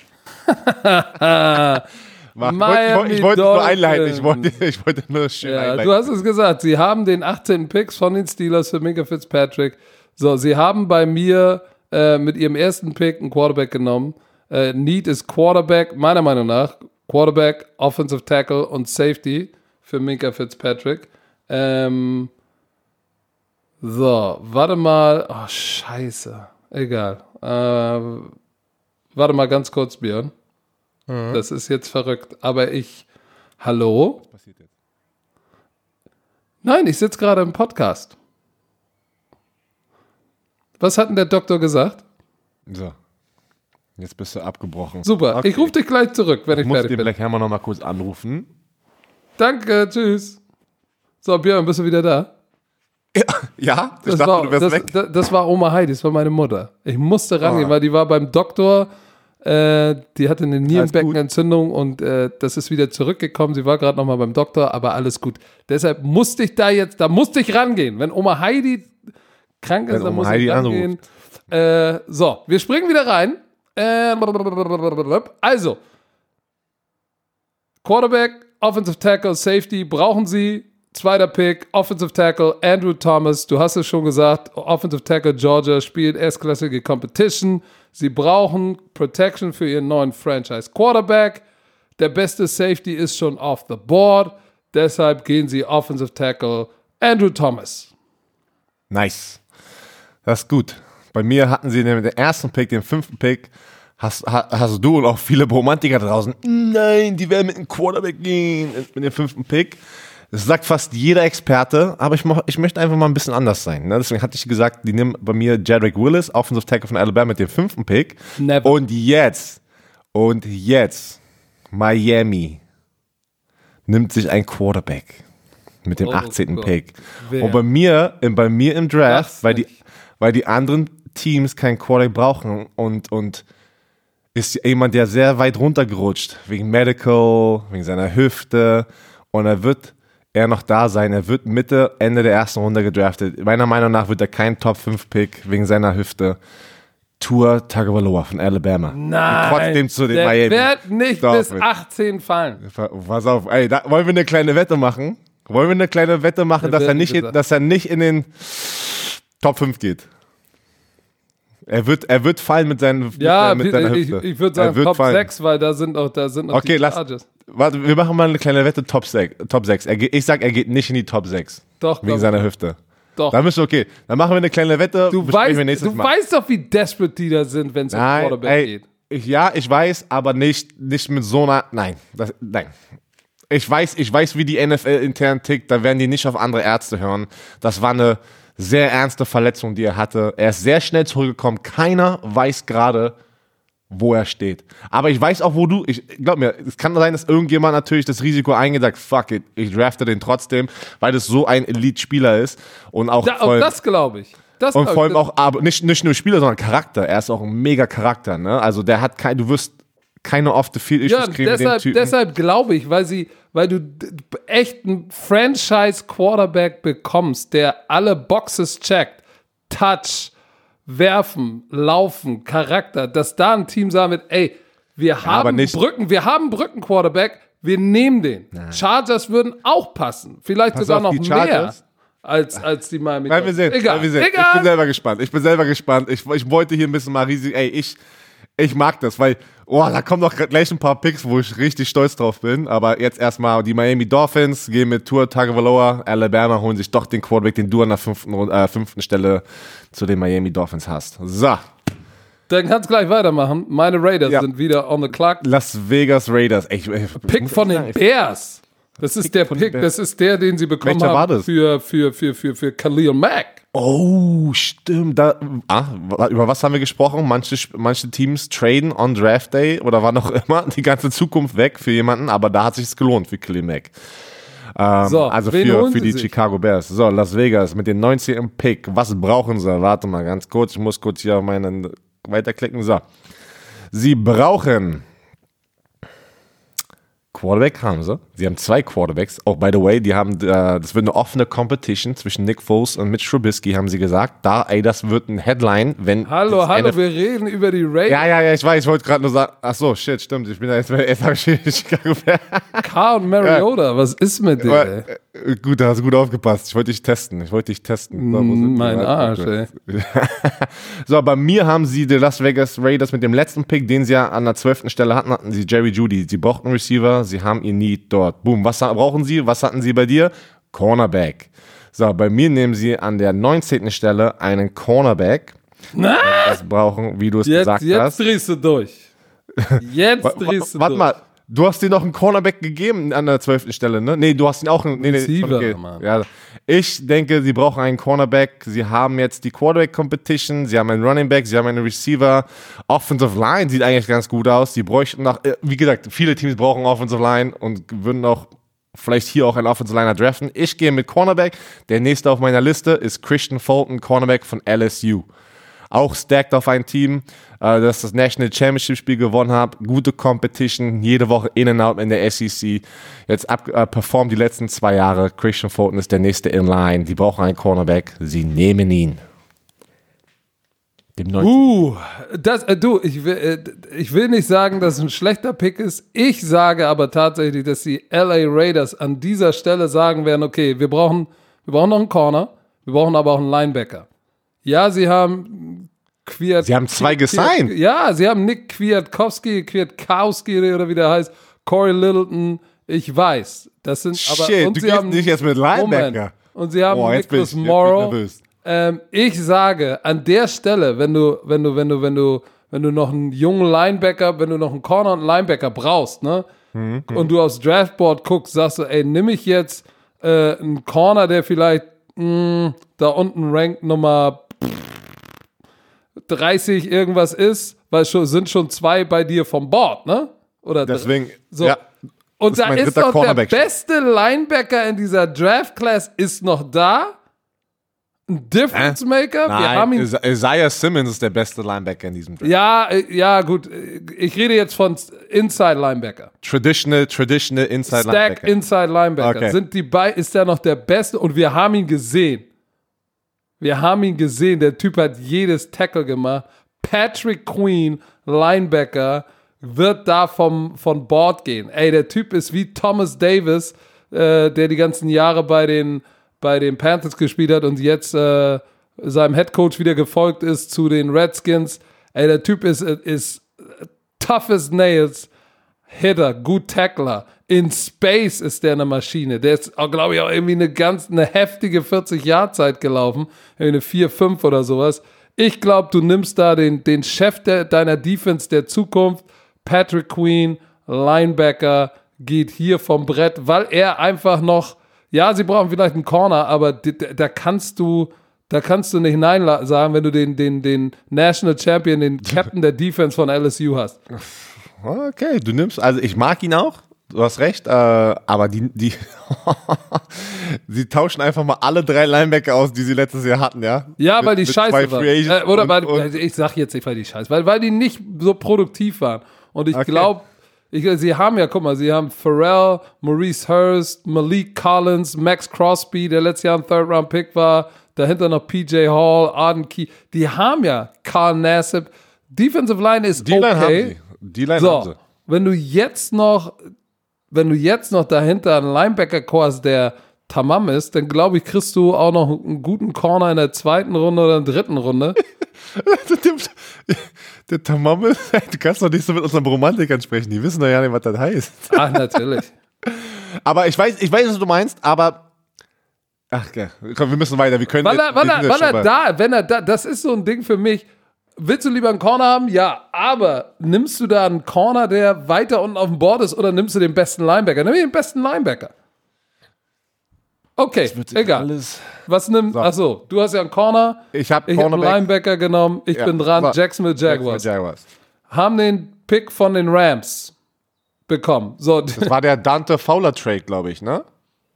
Ich wollte nur einleiten. Ich wollte nur schön einleiten. Du hast es gesagt. Sie haben den 18. Picks von den Steelers für Minkah Fitzpatrick. So, sie haben bei mir mit ihrem ersten Pick einen Quarterback genommen. Need ist Quarterback, meiner Meinung nach. Quarterback, Offensive Tackle und Safety für Minkah Fitzpatrick. So, warte mal. Oh, scheiße. Egal. Warte mal ganz kurz, Björn. Das ist jetzt verrückt. Aber hallo? Was passiert jetzt? Nein, ich sitze gerade im Podcast. Was hat denn der Doktor gesagt? So. Jetzt bist du abgebrochen. Super, okay. Ich rufe dich gleich zurück, wenn ich fertig bin. Ich muss den Black Hammer noch mal kurz anrufen. Danke, tschüss. So, Björn, bist du wieder da? Ja? Ich dachte, du wärst weg. Das war Oma Heidi, das war meine Mutter. Ich musste rangehen, weil die war beim Doktor, die hatte eine Nierenbeckenentzündung und das ist wieder zurückgekommen. Sie war gerade noch mal beim Doktor, aber alles gut. Deshalb musste ich da musste ich rangehen. Wenn Oma Heidi krank ist, dann muss ich rangehen. So, wir springen wieder rein. Also, Quarterback, Offensive Tackle, Safety brauchen sie. Zweiter Pick, Offensive Tackle, Andrew Thomas. Du hast es schon gesagt, Offensive Tackle Georgia spielt erstklassige Competition. Sie brauchen Protection für ihren neuen Franchise Quarterback. Der beste Safety ist schon off the board. Deshalb gehen sie Offensive Tackle Andrew Thomas. Nice. Das ist gut. Bei mir hatten sie den ersten Pick, den 5. Pick. Hast du und auch viele Romantiker draußen. Nein, die werden mit dem Quarterback gehen, mit dem 5. Pick. Das sagt fast jeder Experte, aber ich möchte einfach mal ein bisschen anders sein. Ne? Deswegen hatte ich gesagt, die nehmen bei mir Jedrick Willis, Offensive Tackle von Alabama mit dem 5. Pick. Never. Und jetzt, Miami nimmt sich ein Quarterback mit dem 18. Gott. Pick. Wer? Und bei mir im Draft, weil die anderen Teams keinen Quarterback brauchen und ist jemand, der sehr weit runtergerutscht, wegen Medical, wegen seiner Hüfte, und er wird noch da sein. Er wird Ende der ersten Runde gedraftet. Meiner Meinung nach wird er kein Top-5-Pick wegen seiner Hüfte. Tua Tagovailoa von Alabama. Nein, trotzdem zu den der Miami. wird nicht bis 18 fallen. Pass auf, wollen wir eine kleine Wette machen? Dass er nicht in den Top 5 geht? Er wird fallen mit seiner Hüfte. Ich würde sagen Top 6, weil da sind auch okay, die Chargers. Warte, wir machen mal eine kleine Wette, Top 6. Ich sag, er geht nicht in die Top 6. Doch. Wegen seiner Hüfte. Doch. Dann bist du okay. Dann machen wir eine kleine Wette. Du weißt doch, wie desperate die da sind, wenn es um Quarterback geht. Ich weiß, aber nicht mit so einer. Nein. Ich weiß, wie die NFL intern tickt. Da werden die nicht auf andere Ärzte hören. Das war eine sehr ernste Verletzung, die er hatte. Er ist sehr schnell zurückgekommen. Keiner weiß gerade, wo er steht. Aber ich weiß auch, glaub mir, es kann sein, dass irgendjemand natürlich das Risiko eingeht, sagt, fuck it, ich drafte den trotzdem, weil das so ein Elite-Spieler ist. Und auch das glaube ich. Und vor allem auch, aber nicht nur Spieler, sondern Charakter. Er ist auch ein mega Charakter, ne? Also du wirst keine Off-the-Field-Issues kriegen mit dem Typen. Deshalb glaube ich, weil du echt einen Franchise-Quarterback bekommst, der alle Boxes checkt. Touch, werfen, laufen, Charakter, dass da ein Team sagen wird, ey, wir haben Brücken-Quarterback, wir nehmen den. Nein. Chargers würden auch passen. Vielleicht sogar noch mehr als die Miami. Nein, wir sehen. Egal. Ich bin selber gespannt. Ich wollte hier ein bisschen mal riesig, ich mag das, weil, da kommen doch gleich ein paar Picks, wo ich richtig stolz drauf bin. Aber jetzt erstmal die Miami Dolphins gehen mit Tua Tagovailoa. Alabama holen sich doch den Quarterback, den du an der 5. Stelle zu den Miami Dolphins hast. So. Dann kannst du gleich weitermachen. Meine Raiders sind wieder on the clock. Las Vegas Raiders. Pick von den Bears. Das ist der Pick, das ist der, den sie bekommen haben für Khalil Mack. Oh, stimmt. Über was haben wir gesprochen? Manche Teams traden on Draft Day oder war noch immer die ganze Zukunft weg für jemanden, aber da hat es sich gelohnt für Khalil Mack. Also für die Chicago Bears. So, Las Vegas mit dem 19. Pick. Was brauchen sie? Warte mal ganz kurz. Ich muss kurz hier auf meinen weiterklicken. So. Sie brauchen Quarterback haben sie. Sie haben 2 Quarterbacks. Auch, by the way, das wird eine offene Competition zwischen Nick Foles und Mitch Trubisky, haben sie gesagt. Das wird ein Headline, wenn... Hallo, wir reden über die Raiders. Ja, ich weiß, ich wollte gerade nur sagen, ach so, shit, stimmt, ich bin da jetzt Chicago Bears. Carl und Mariota, was ist mit dir, ey? Gut, da hast du gut aufgepasst. Ich wollte dich testen. So, mein Arsch, ey. So, bei mir haben sie die Las Vegas Raiders mit dem letzten Pick, den sie ja an der 12. Stelle hatten sie Jerry Jeudy. Sie brauchten einen Receiver, sie haben ihr Need dort. Boom, was brauchen sie? Was hatten sie bei dir? Cornerback. So, bei mir nehmen sie an der 19. Stelle einen Cornerback. Das brauchen, wie du es gesagt hast. Jetzt drehst du durch. Warte mal, Du hast dir noch einen Cornerback gegeben an der 12. Stelle, ne? Nee, du hast ihn auch einen Receiver, okay. Mann. Ja. Ich denke, sie brauchen einen Cornerback. Sie haben jetzt die Quarterback-Competition, sie haben einen Running Back, sie haben einen Receiver. Offensive Line sieht eigentlich ganz gut aus. Die bräuchten noch, wie gesagt, viele Teams brauchen Offensive Line und würden auch vielleicht hier auch einen Offensive Liner draften. Ich gehe mit Cornerback. Der nächste auf meiner Liste ist Christian Fulton, Cornerback von LSU. Auch stacked auf ein Team, das National Championship Spiel gewonnen hat. Gute Competition, jede Woche in and out in der SEC. Jetzt performt die letzten 2 Jahre. Christian Fulton ist der nächste in line. Die brauchen einen Cornerback. Sie nehmen ihn. Ich will nicht sagen, dass es ein schlechter Pick ist. Ich sage aber tatsächlich, dass die LA Raiders an dieser Stelle sagen werden, okay, wir brauchen noch einen Corner, wir brauchen aber auch einen Linebacker. Ja, sie haben Sie haben 2 gesigned. Ja, sie haben Nick Kwiatkowski oder wie der heißt, Corey Littleton, ich weiß. Das sind aber Shit, und du sie gehst haben nicht jetzt mit Linebacker. Moment, und sie haben Nicholas Morrow. Ich sage, an der Stelle, wenn du noch einen jungen Linebacker, wenn du noch einen Corner und einen Linebacker brauchst, ne? Und du aufs Draftboard guckst, sagst du, ey, nimm ich jetzt einen Corner, der vielleicht da unten Rank Nummer 30 irgendwas ist, weil sind schon 2 bei dir vom Board, ne? Oder deswegen, so. Ja. Und da ist doch der beste Linebacker in dieser Draft-Class ist noch da. Ein Difference Maker. Nein, wir haben ihn, Isaiah Simmons ist der beste Linebacker in diesem Draft. Ja, gut. Ich rede jetzt von Inside Linebacker. Traditional Inside Stack Linebacker. Inside Linebacker. Okay. Ist der noch der beste? Und wir haben ihn gesehen. Der Typ hat jedes Tackle gemacht. Patrick Queen, Linebacker, wird da von Bord gehen. Ey, der Typ ist wie Thomas Davis, der die ganzen Jahre bei den Panthers gespielt hat und jetzt seinem Headcoach wieder gefolgt ist zu den Redskins. Ey, der Typ ist tough as nails, Hitter, gut Tackler. In Space ist der eine Maschine. Der ist, glaube ich, auch irgendwie eine heftige 40-Jahr-Zeit gelaufen. Eine 4-5 oder sowas. Ich glaube, du nimmst da den Chef deiner Defense der Zukunft, Patrick Queen, Linebacker, geht hier vom Brett, weil er einfach noch, ja, sie brauchen vielleicht einen Corner, aber da kannst du nicht Nein sagen, wenn du den National Champion, den Captain der Defense von LSU hast. Okay, du nimmst, also ich mag ihn auch. Du hast recht, aber die sie tauschen einfach mal alle 3 Linebacker aus, die sie letztes Jahr hatten, ja? Ja, weil die scheiße waren. Ich sag jetzt nicht, weil die scheiße, weil die nicht so produktiv waren. Und ich glaube, sie haben Pharrell, Maurice Hurst, Malik Collins, Max Crosby, der letztes Jahr ein Third-Round-Pick war, dahinter noch PJ Hall, Arden Key. Die haben ja Carl Nassib. Defensive Line ist okay. Die Line haben sie. Wenn du jetzt noch dahinter einen Linebacker-Core hast, der Tamam ist, dann glaube ich, kriegst du auch noch einen guten Corner in der 2. Runde oder in der 3. Runde. Der Tamam ist, du kannst doch nicht so mit unseren Romantikern sprechen, die wissen doch ja nicht, was das heißt. Ach, natürlich. Aber ich weiß, was du meinst, aber komm, wir müssen weiter. Das ist so ein Ding für mich. Willst du lieber einen Corner haben? Ja, aber nimmst du da einen Corner, der weiter unten auf dem Board ist, oder nimmst du den besten Linebacker? Nimm den besten Linebacker. Okay, egal. Was nimmst du? Achso, du hast ja einen Corner. Ich habe einen Linebacker genommen. Ich bin dran. Jacksonville Jaguars. Haben den Pick von den Rams bekommen. So. Das war der Dante Fowler Trade, glaube ich, ne?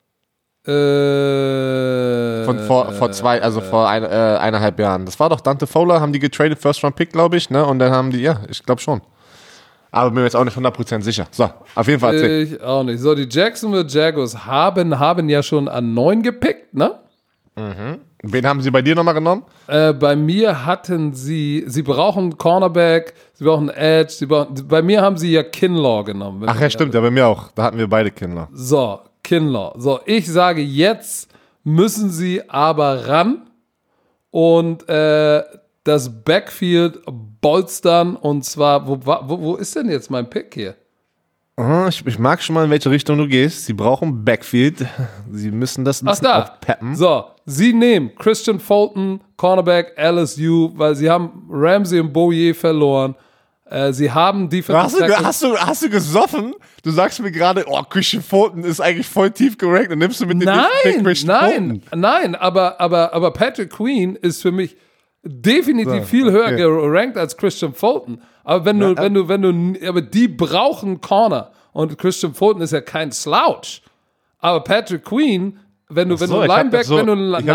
Von vor 1,5 Jahren. Das war doch Dante Fowler, haben die getradet, First-Round-Pick, glaube ich, ne? Und dann haben die, ja, ich glaube schon. Aber bin mir jetzt auch nicht 100% sicher. So, auf jeden Fall erzähl. Ich auch nicht. So, die Jacksonville Jaguars haben ja schon an 9 gepickt, ne? Mhm. Wen haben sie bei dir nochmal genommen? Bei mir hatten sie brauchen Cornerback, sie brauchen Edge, bei mir haben sie ja Kinlaw genommen. Ach ja, stimmt, ja, bei mir auch. Da hatten wir beide Kinlaw. So, Kinlaw. So, ich sage, jetzt müssen sie aber ran und das Backfield bolstern, und zwar, wo ist denn jetzt mein Pick hier? Ich mag schon mal, in welche Richtung du gehst. Sie brauchen Backfield. Sie müssen das ein bisschen aufpeppen. So, sie nehmen Christian Fulton, Cornerback, LSU, weil sie haben Ramsey und Bouye verloren, Sie haben Defensive Tackle. Hast du gesoffen? Du sagst mir gerade, Christian Fulton ist eigentlich voll tief gerankt und nimmst du mit dem Christian Fulton. Nein, aber Patrick Queen ist für mich definitiv viel höher gerankt als Christian Fulton. Aber aber die brauchen Corner und Christian Fulton ist ja kein Slouch. Aber Patrick Queen, wenn du einen Linebacker und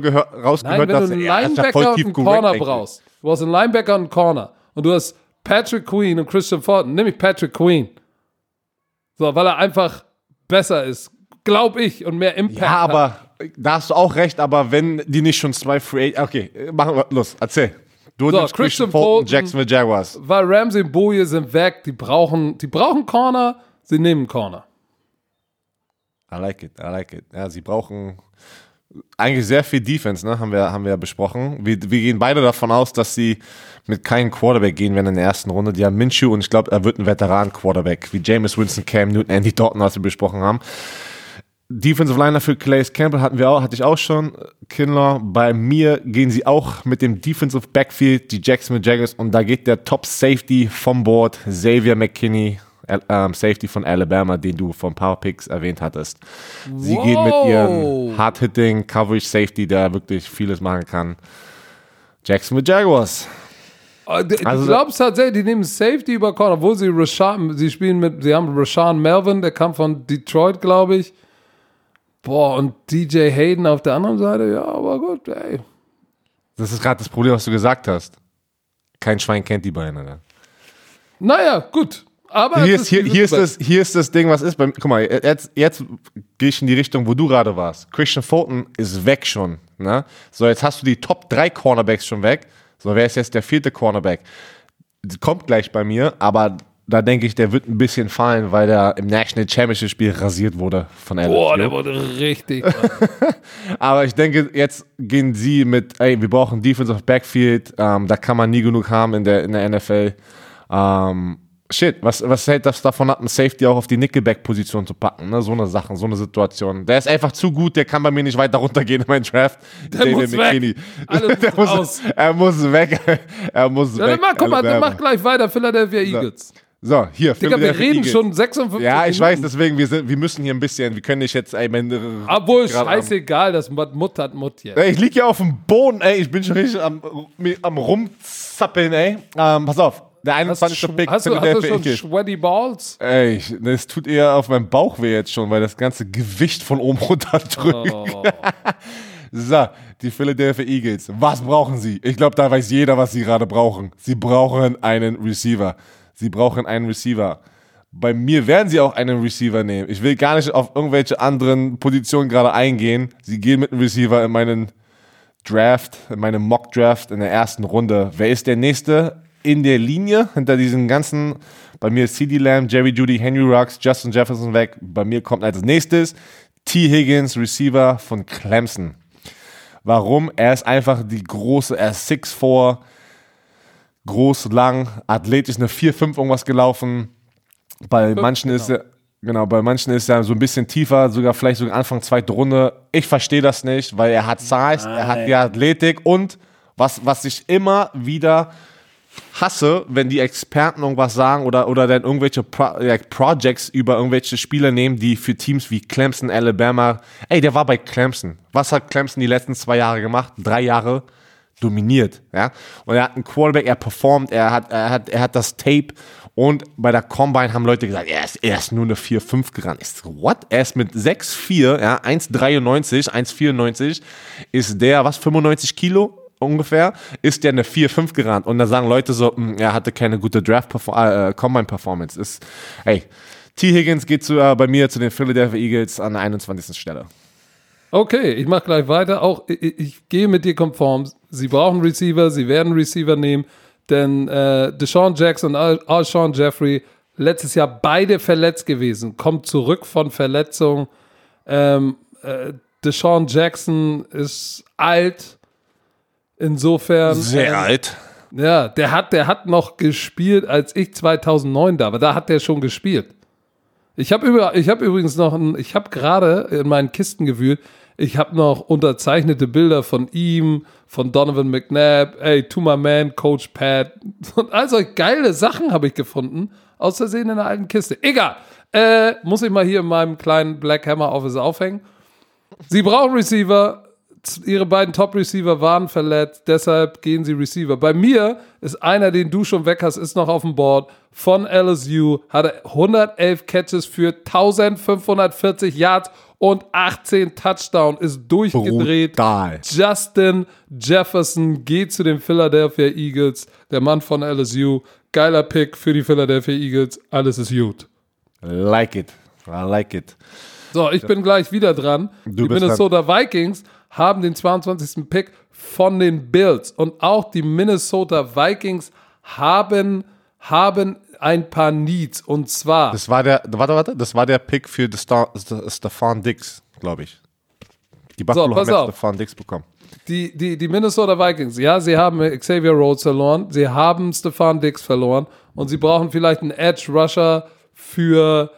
einen Corner brauchst, du hast einen Linebacker und einen Corner und du hast Patrick Queen und Christian Fulton, nämlich Patrick Queen. So, weil er einfach besser ist, glaube ich, und mehr Impact hat. Ja, aber da hast du auch recht, aber wenn die nicht schon 2 Free Agents, okay, machen wir, los, erzähl. Du nimmst Christian Fulton, Jacksonville Jaguars. Weil Ramsey und Boye sind weg, die brauchen Corner, sie nehmen Corner. I like it. Ja, sie brauchen eigentlich sehr viel Defense, ne? Haben wir ja besprochen. Wir gehen beide davon aus, dass sie mit keinem Quarterback gehen werden in der ersten Runde. Die haben Minshew und ich glaube, er wird ein Veteran-Quarterback, wie Jameis Winston, Cam Newton, Andy Dalton, was wir besprochen haben. Defensive Liner für Calais Campbell hatte ich auch schon. Kinlaw. Bei mir gehen sie auch mit dem Defensive Backfield, die Jacksonville Jaguars, und da geht der Top Safety vom Board, Xavier McKinney, Safety von Alabama, den du von Power Picks erwähnt hattest. Sie gehen mit ihrem Hard-Hitting Coverage Safety, der wirklich vieles machen kann. Jacksonville Jaguars. Du glaubst tatsächlich, die nehmen Safety über Corner, obwohl sie haben Rashaan Melvin, der kam von Detroit, glaube ich. Und DJ Hayden auf der anderen Seite, ja, aber gut, ey. Das ist gerade das Problem, was du gesagt hast. Kein Schwein kennt die beiden, oder? Naja, gut. Aber hier ist das Ding, was ist. Guck mal, jetzt gehe ich in die Richtung, wo du gerade warst. Christian Fulton ist weg schon. Ne? So, jetzt hast du die Top 3 Cornerbacks schon weg. So, wer ist jetzt der 4. Cornerback? Kommt gleich bei mir, aber da denke ich, der wird ein bisschen fallen, weil der im National Championship Spiel rasiert wurde von LSU. Boah, der wurde richtig. Aber ich denke, jetzt gehen sie mit, wir brauchen Defensive Backfield, da kann man nie genug haben in der NFL. Was hält das davon ab, einen Safety auch auf die Nickelback-Position zu packen? Ne? So eine Sache, so eine Situation. Der ist einfach zu gut, der kann bei mir nicht weiter runtergehen in meinen Draft. Der muss weg. Er muss weg. Dann mach gleich weiter, Philadelphia Eagles. So, hier, Digga, wir reden Minuten. Schon 56 Ja, ich weiß, deswegen, wir müssen hier ein bisschen, wir können nicht jetzt, obwohl, scheißegal, das Mutt hat Mutt jetzt. Ich liege hier auf dem Boden, ich bin schon richtig am rumzappeln, pass auf. Der 21. Pick. Hast du schon sweaty balls? Das tut eher auf meinem Bauch weh jetzt schon, weil das ganze Gewicht von oben runter drückt. Oh. So, die Philadelphia Eagles. Was brauchen sie? Ich glaube, da weiß jeder, was sie gerade brauchen. Sie brauchen einen Receiver. Bei mir werden sie auch einen Receiver nehmen. Ich will gar nicht auf irgendwelche anderen Positionen gerade eingehen. Sie gehen mit einem Receiver in meinen Draft, in meinem Mock-Draft in der ersten Runde. Wer ist der Nächste in der Linie hinter diesen ganzen? Bei mir ist CeeDee Lamb, Jerry Jeudy, Henry Ruggs, Justin Jefferson weg. Bei mir kommt als nächstes T. Higgins, Receiver von Clemson. Warum? Er ist einfach er ist 6'4", groß, lang, athletisch, eine 4,5 irgendwas gelaufen. Bei manchen ist er so ein bisschen tiefer, vielleicht sogar Anfang 2. Runde. Ich verstehe das nicht, weil er hat Size, er hat die Athletik und was ich immer wieder hasse, wenn die Experten irgendwas sagen oder dann irgendwelche Projects über irgendwelche Spieler nehmen, die für Teams wie Clemson, Alabama, der war bei Clemson. Was hat Clemson die letzten 2 Jahre gemacht? 3 Jahre dominiert, ja. Und er hat einen Quarterback, er performt, er hat das Tape und bei der Combine haben Leute gesagt, er ist nur eine 4,5 gerannt. Ich so, what? Er ist mit 6,4, 1,93, 1,94, ist der, 95 Kilo? Ungefähr, ist der eine 4,5 gerannt. Und da sagen Leute so, er hatte keine gute Combine-Performance. T. Higgins geht bei mir zu den Philadelphia Eagles an der 21. Stelle. Okay, ich mache gleich weiter. Auch ich gehe mit dir konform. Sie brauchen Receiver, sie werden Receiver nehmen, denn Deshaun Jackson und Alshon Jeffrey letztes Jahr beide verletzt gewesen, kommt zurück von Verletzung. Deshaun Jackson ist alt. Insofern. Sehr alt. Ja, der hat noch gespielt, als ich 2009 da war. Da hat der schon gespielt. Ich habe übrigens noch ich habe gerade in meinen Kisten gewühlt. Ich habe noch unterzeichnete Bilder von ihm, von Donovan McNabb, to my man, Coach Pat. Und all solche geile Sachen habe ich gefunden. Aus Versehen in der alten Kiste. Egal. Muss ich mal hier in meinem kleinen Black Hammer Office aufhängen. Sie brauchen Receiver. Ihre beiden Top-Receiver waren verletzt. Deshalb gehen sie Receiver. Bei mir ist einer, den du schon weg hast, ist noch auf dem Board. Von LSU. Hatte 111 Catches für 1540 Yards und 18 Touchdown, ist durchgedreht. Brutal. Justin Jefferson geht zu den Philadelphia Eagles. Der Mann von LSU. Geiler Pick für die Philadelphia Eagles. Alles ist gut. I like it. So, ich bin gleich wieder dran. Die Minnesota Vikings haben den 22. Pick von den Bills. Und auch die Minnesota Vikings haben ein paar Needs. Und zwar... Das war der Pick für Stefon Diggs, glaube ich. Die Buffalo haben jetzt Stefon Diggs bekommen. Die Minnesota Vikings, ja, sie haben Xavier Rhodes verloren, sie haben Stefon Diggs verloren und sie brauchen vielleicht einen Edge-Rusher für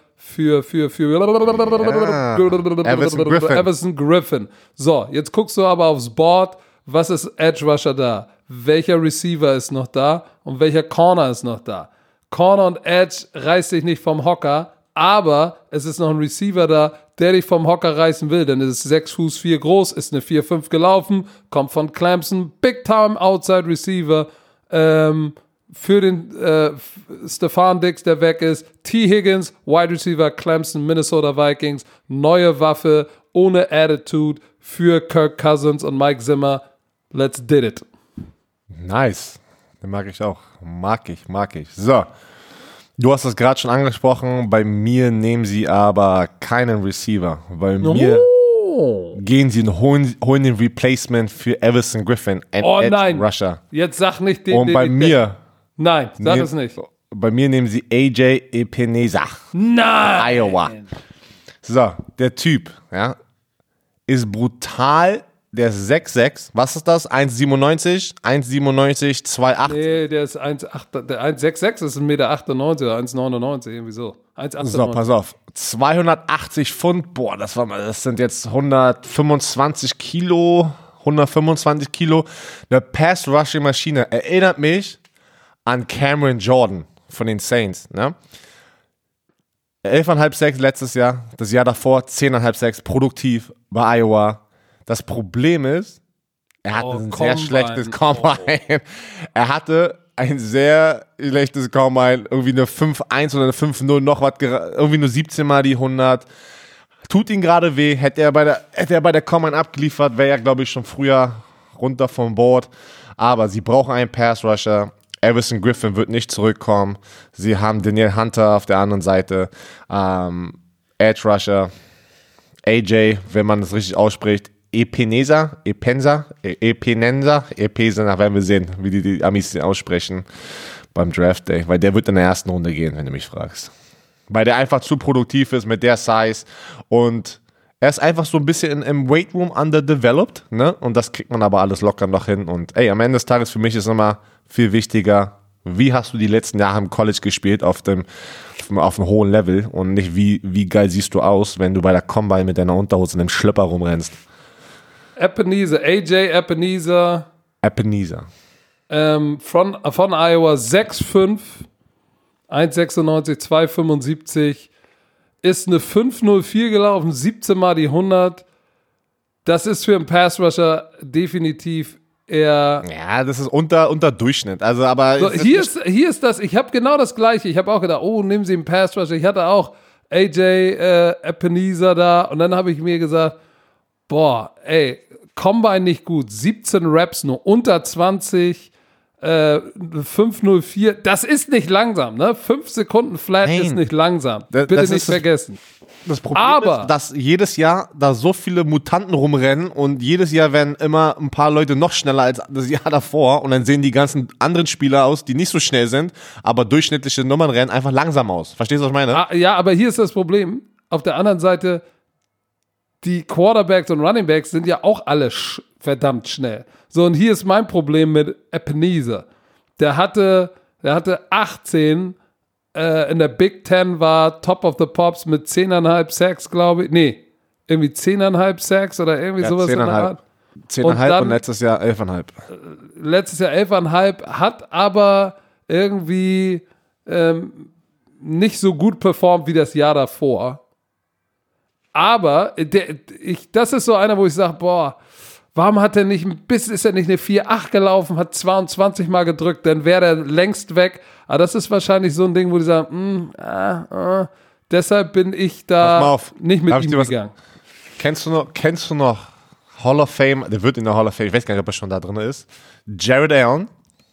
Everson Griffin. So, jetzt guckst du aber aufs Board, was ist Edge-Rusher da? Welcher Receiver ist noch da? Und welcher Corner ist noch da? Corner und Edge reißt dich nicht vom Hocker, aber es ist noch ein Receiver da, der dich vom Hocker reißen will, denn es ist 6 Fuß 4 groß, ist eine 4-5 gelaufen, kommt von Clemson, Big Time Outside Receiver, für den Stefon Diggs, der weg ist, T. Higgins, Wide Receiver, Clemson, Minnesota Vikings, neue Waffe, ohne Attitude für Kirk Cousins und Mike Zimmer. Let's did it. Nice. Den mag ich auch. Mag ich. So. Du hast das gerade schon angesprochen. Bei mir nehmen sie aber keinen Receiver. Bei mir gehen sie und holen den Replacement für Everson Griffin. Nein. Rusher. Jetzt sag nicht den. Und bei mir. Nein, sag es nicht. Bei mir nehmen sie AJ Epinesa. Nein. Iowa. So, der Typ, ja, ist brutal. Der ist 6'6". Was ist das? 1,97? 1,97, 2,8? Nee, der ist 1,8. Der 1,66 ist 1,98 Meter oder 1,99, irgendwie so. 1,98. So, pass auf. 280 Pfund. Boah, das sind jetzt 125 Kilo. 125 Kilo. Eine Pass-Rushing-Maschine. Erinnert mich an Cameron Jordan von den Saints. Ne? 11,5 Sacks letztes Jahr. Das Jahr davor 10,5 Sacks. Produktiv bei Iowa. Das Problem ist, er hatte ein sehr schlechtes Combine. Er hatte ein sehr schlechtes Combine. Irgendwie eine 5,1 oder eine 5,0, noch was, irgendwie nur 17 Mal die 100. Tut ihm gerade weh. Hätte er bei der Combine abgeliefert, wäre er, glaube ich, schon früher runter vom Board. Aber sie brauchen einen Pass-Rusher. Everson Griffin wird nicht zurückkommen. Sie haben Daniel Hunter auf der anderen Seite. Edge-Rusher. AJ, wenn man das richtig ausspricht. Epinesa, werden wir sehen, wie die Amis den aussprechen beim Draft Day, weil der wird in der ersten Runde gehen, wenn du mich fragst. Weil der einfach zu produktiv ist mit der Size und er ist einfach so ein bisschen im Weight Room underdeveloped, ne? Und das kriegt man aber alles locker noch hin und am Ende des Tages für mich ist immer viel wichtiger, wie hast du die letzten Jahre im College gespielt auf einem hohen Level und nicht wie geil siehst du aus, wenn du bei der Combine mit deiner Unterhose in einem Schlüpper rumrennst. AJ Epinesa. Von Iowa 6'5", 1,96, 2,75. Ist eine 5,04 gelaufen, 17 Mal die 100. Das ist für einen Pass-Rusher definitiv eher... Ja, das ist unter Durchschnitt. Also, aber so, hier ist das, ich habe genau das Gleiche. Ich habe auch gedacht, nehmen Sie einen Pass-Rusher. Ich hatte auch AJ Epinesa da und dann habe ich mir gesagt, Combine nicht gut, 17 Reps nur, unter 20, 5,04, das ist nicht langsam, ne? 5 Sekunden flat ist nicht langsam, bitte nicht vergessen. Das Problem ist, dass jedes Jahr da so viele Mutanten rumrennen und jedes Jahr werden immer ein paar Leute noch schneller als das Jahr davor und dann sehen die ganzen anderen Spieler aus, die nicht so schnell sind, aber durchschnittliche Nummern rennen einfach langsam aus. Verstehst du, was ich meine? Ja, aber hier ist das Problem, auf der anderen Seite, die Quarterbacks und Runningbacks sind ja auch alle verdammt schnell. So, und hier ist mein Problem mit Epinesa. Der hatte 18, in der Big Ten war Top of the Pops mit 10,5 Sacks, glaube ich. Nee, irgendwie 10,5 Sacks oder irgendwie sowas in der Art. 10,5 und letztes Jahr 11,5. Letztes Jahr 11,5, hat aber irgendwie nicht so gut performt wie das Jahr davor. Aber das ist so einer, wo ich sage, boah, warum hat er nicht ist er nicht eine 4,8 gelaufen, hat 22 Mal gedrückt, dann wäre er längst weg. Aber das ist wahrscheinlich so ein Ding, wo die sagen, deshalb bin ich da nicht mit ihm gegangen. Kennst du noch Hall of Fame, der wird in der Hall of Fame, ich weiß gar nicht, ob er schon da drin ist, Jared Allen?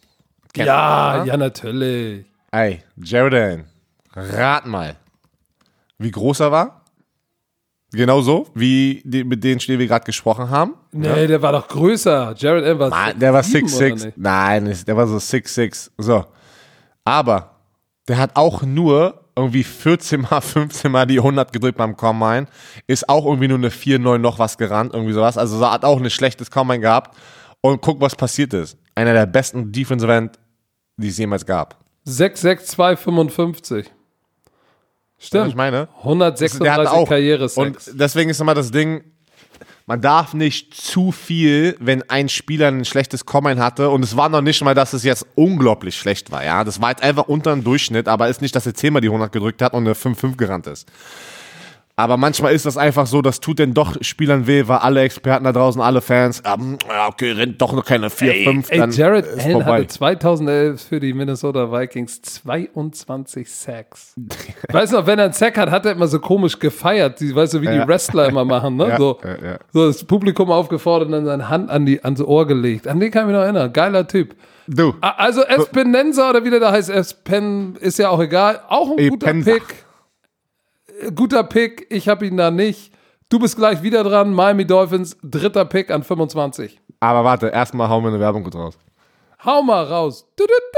Ja, natürlich. Ey, Jared Allen, rat mal, wie groß er war? Genauso wie mit denen, die wir gerade gesprochen haben. Nee, der war doch größer. Jared Allen war 6'6". Der war 6'6". Nein, der war so 6'6". So. Aber der hat auch nur irgendwie 14 Mal, 15 Mal die 100 gedrückt beim Combine. Ist auch irgendwie nur eine 4,9 noch was gerannt, irgendwie sowas. Also hat auch ein schlechtes Combine gehabt. Und guck, was passiert ist. Einer der besten Defensive End, die es jemals gab. 6'6", 255. Stimmt. Ich meine, 136 Karriere-Sacks. Und deswegen ist immer das Ding, man darf nicht zu viel, wenn ein Spieler ein schlechtes Combine hatte, und es war noch nicht mal, dass es jetzt unglaublich schlecht war, ja. Das war jetzt einfach unter dem Durchschnitt, aber ist nicht, dass er 10-mal die 100 gedrückt hat und eine 5,5 gerannt ist. Aber manchmal ist das einfach so, das tut denn doch Spielern weh, weil alle Experten da draußen, alle Fans, okay, rennt doch noch keine 4,5. Ey, Jared Allen hatte 2011 für die Minnesota Vikings 22 Sacks. Weißt du noch, wenn er einen Sack hat er immer so komisch gefeiert, weißt du, wie die Wrestler immer machen, ne? So das Publikum aufgefordert und dann seine Hand ans Ohr gelegt. An den kann ich mich noch erinnern. Geiler Typ. Du. Also Espinenza oder wie der da heißt, Espen, ist ja auch egal. Auch ein guter Pick. Guter Pick, ich habe ihn da nicht. Du bist gleich wieder dran. Miami Dolphins, 3. Pick an 25. Aber warte, erstmal hauen wir eine Werbung kurz raus. Hau mal raus.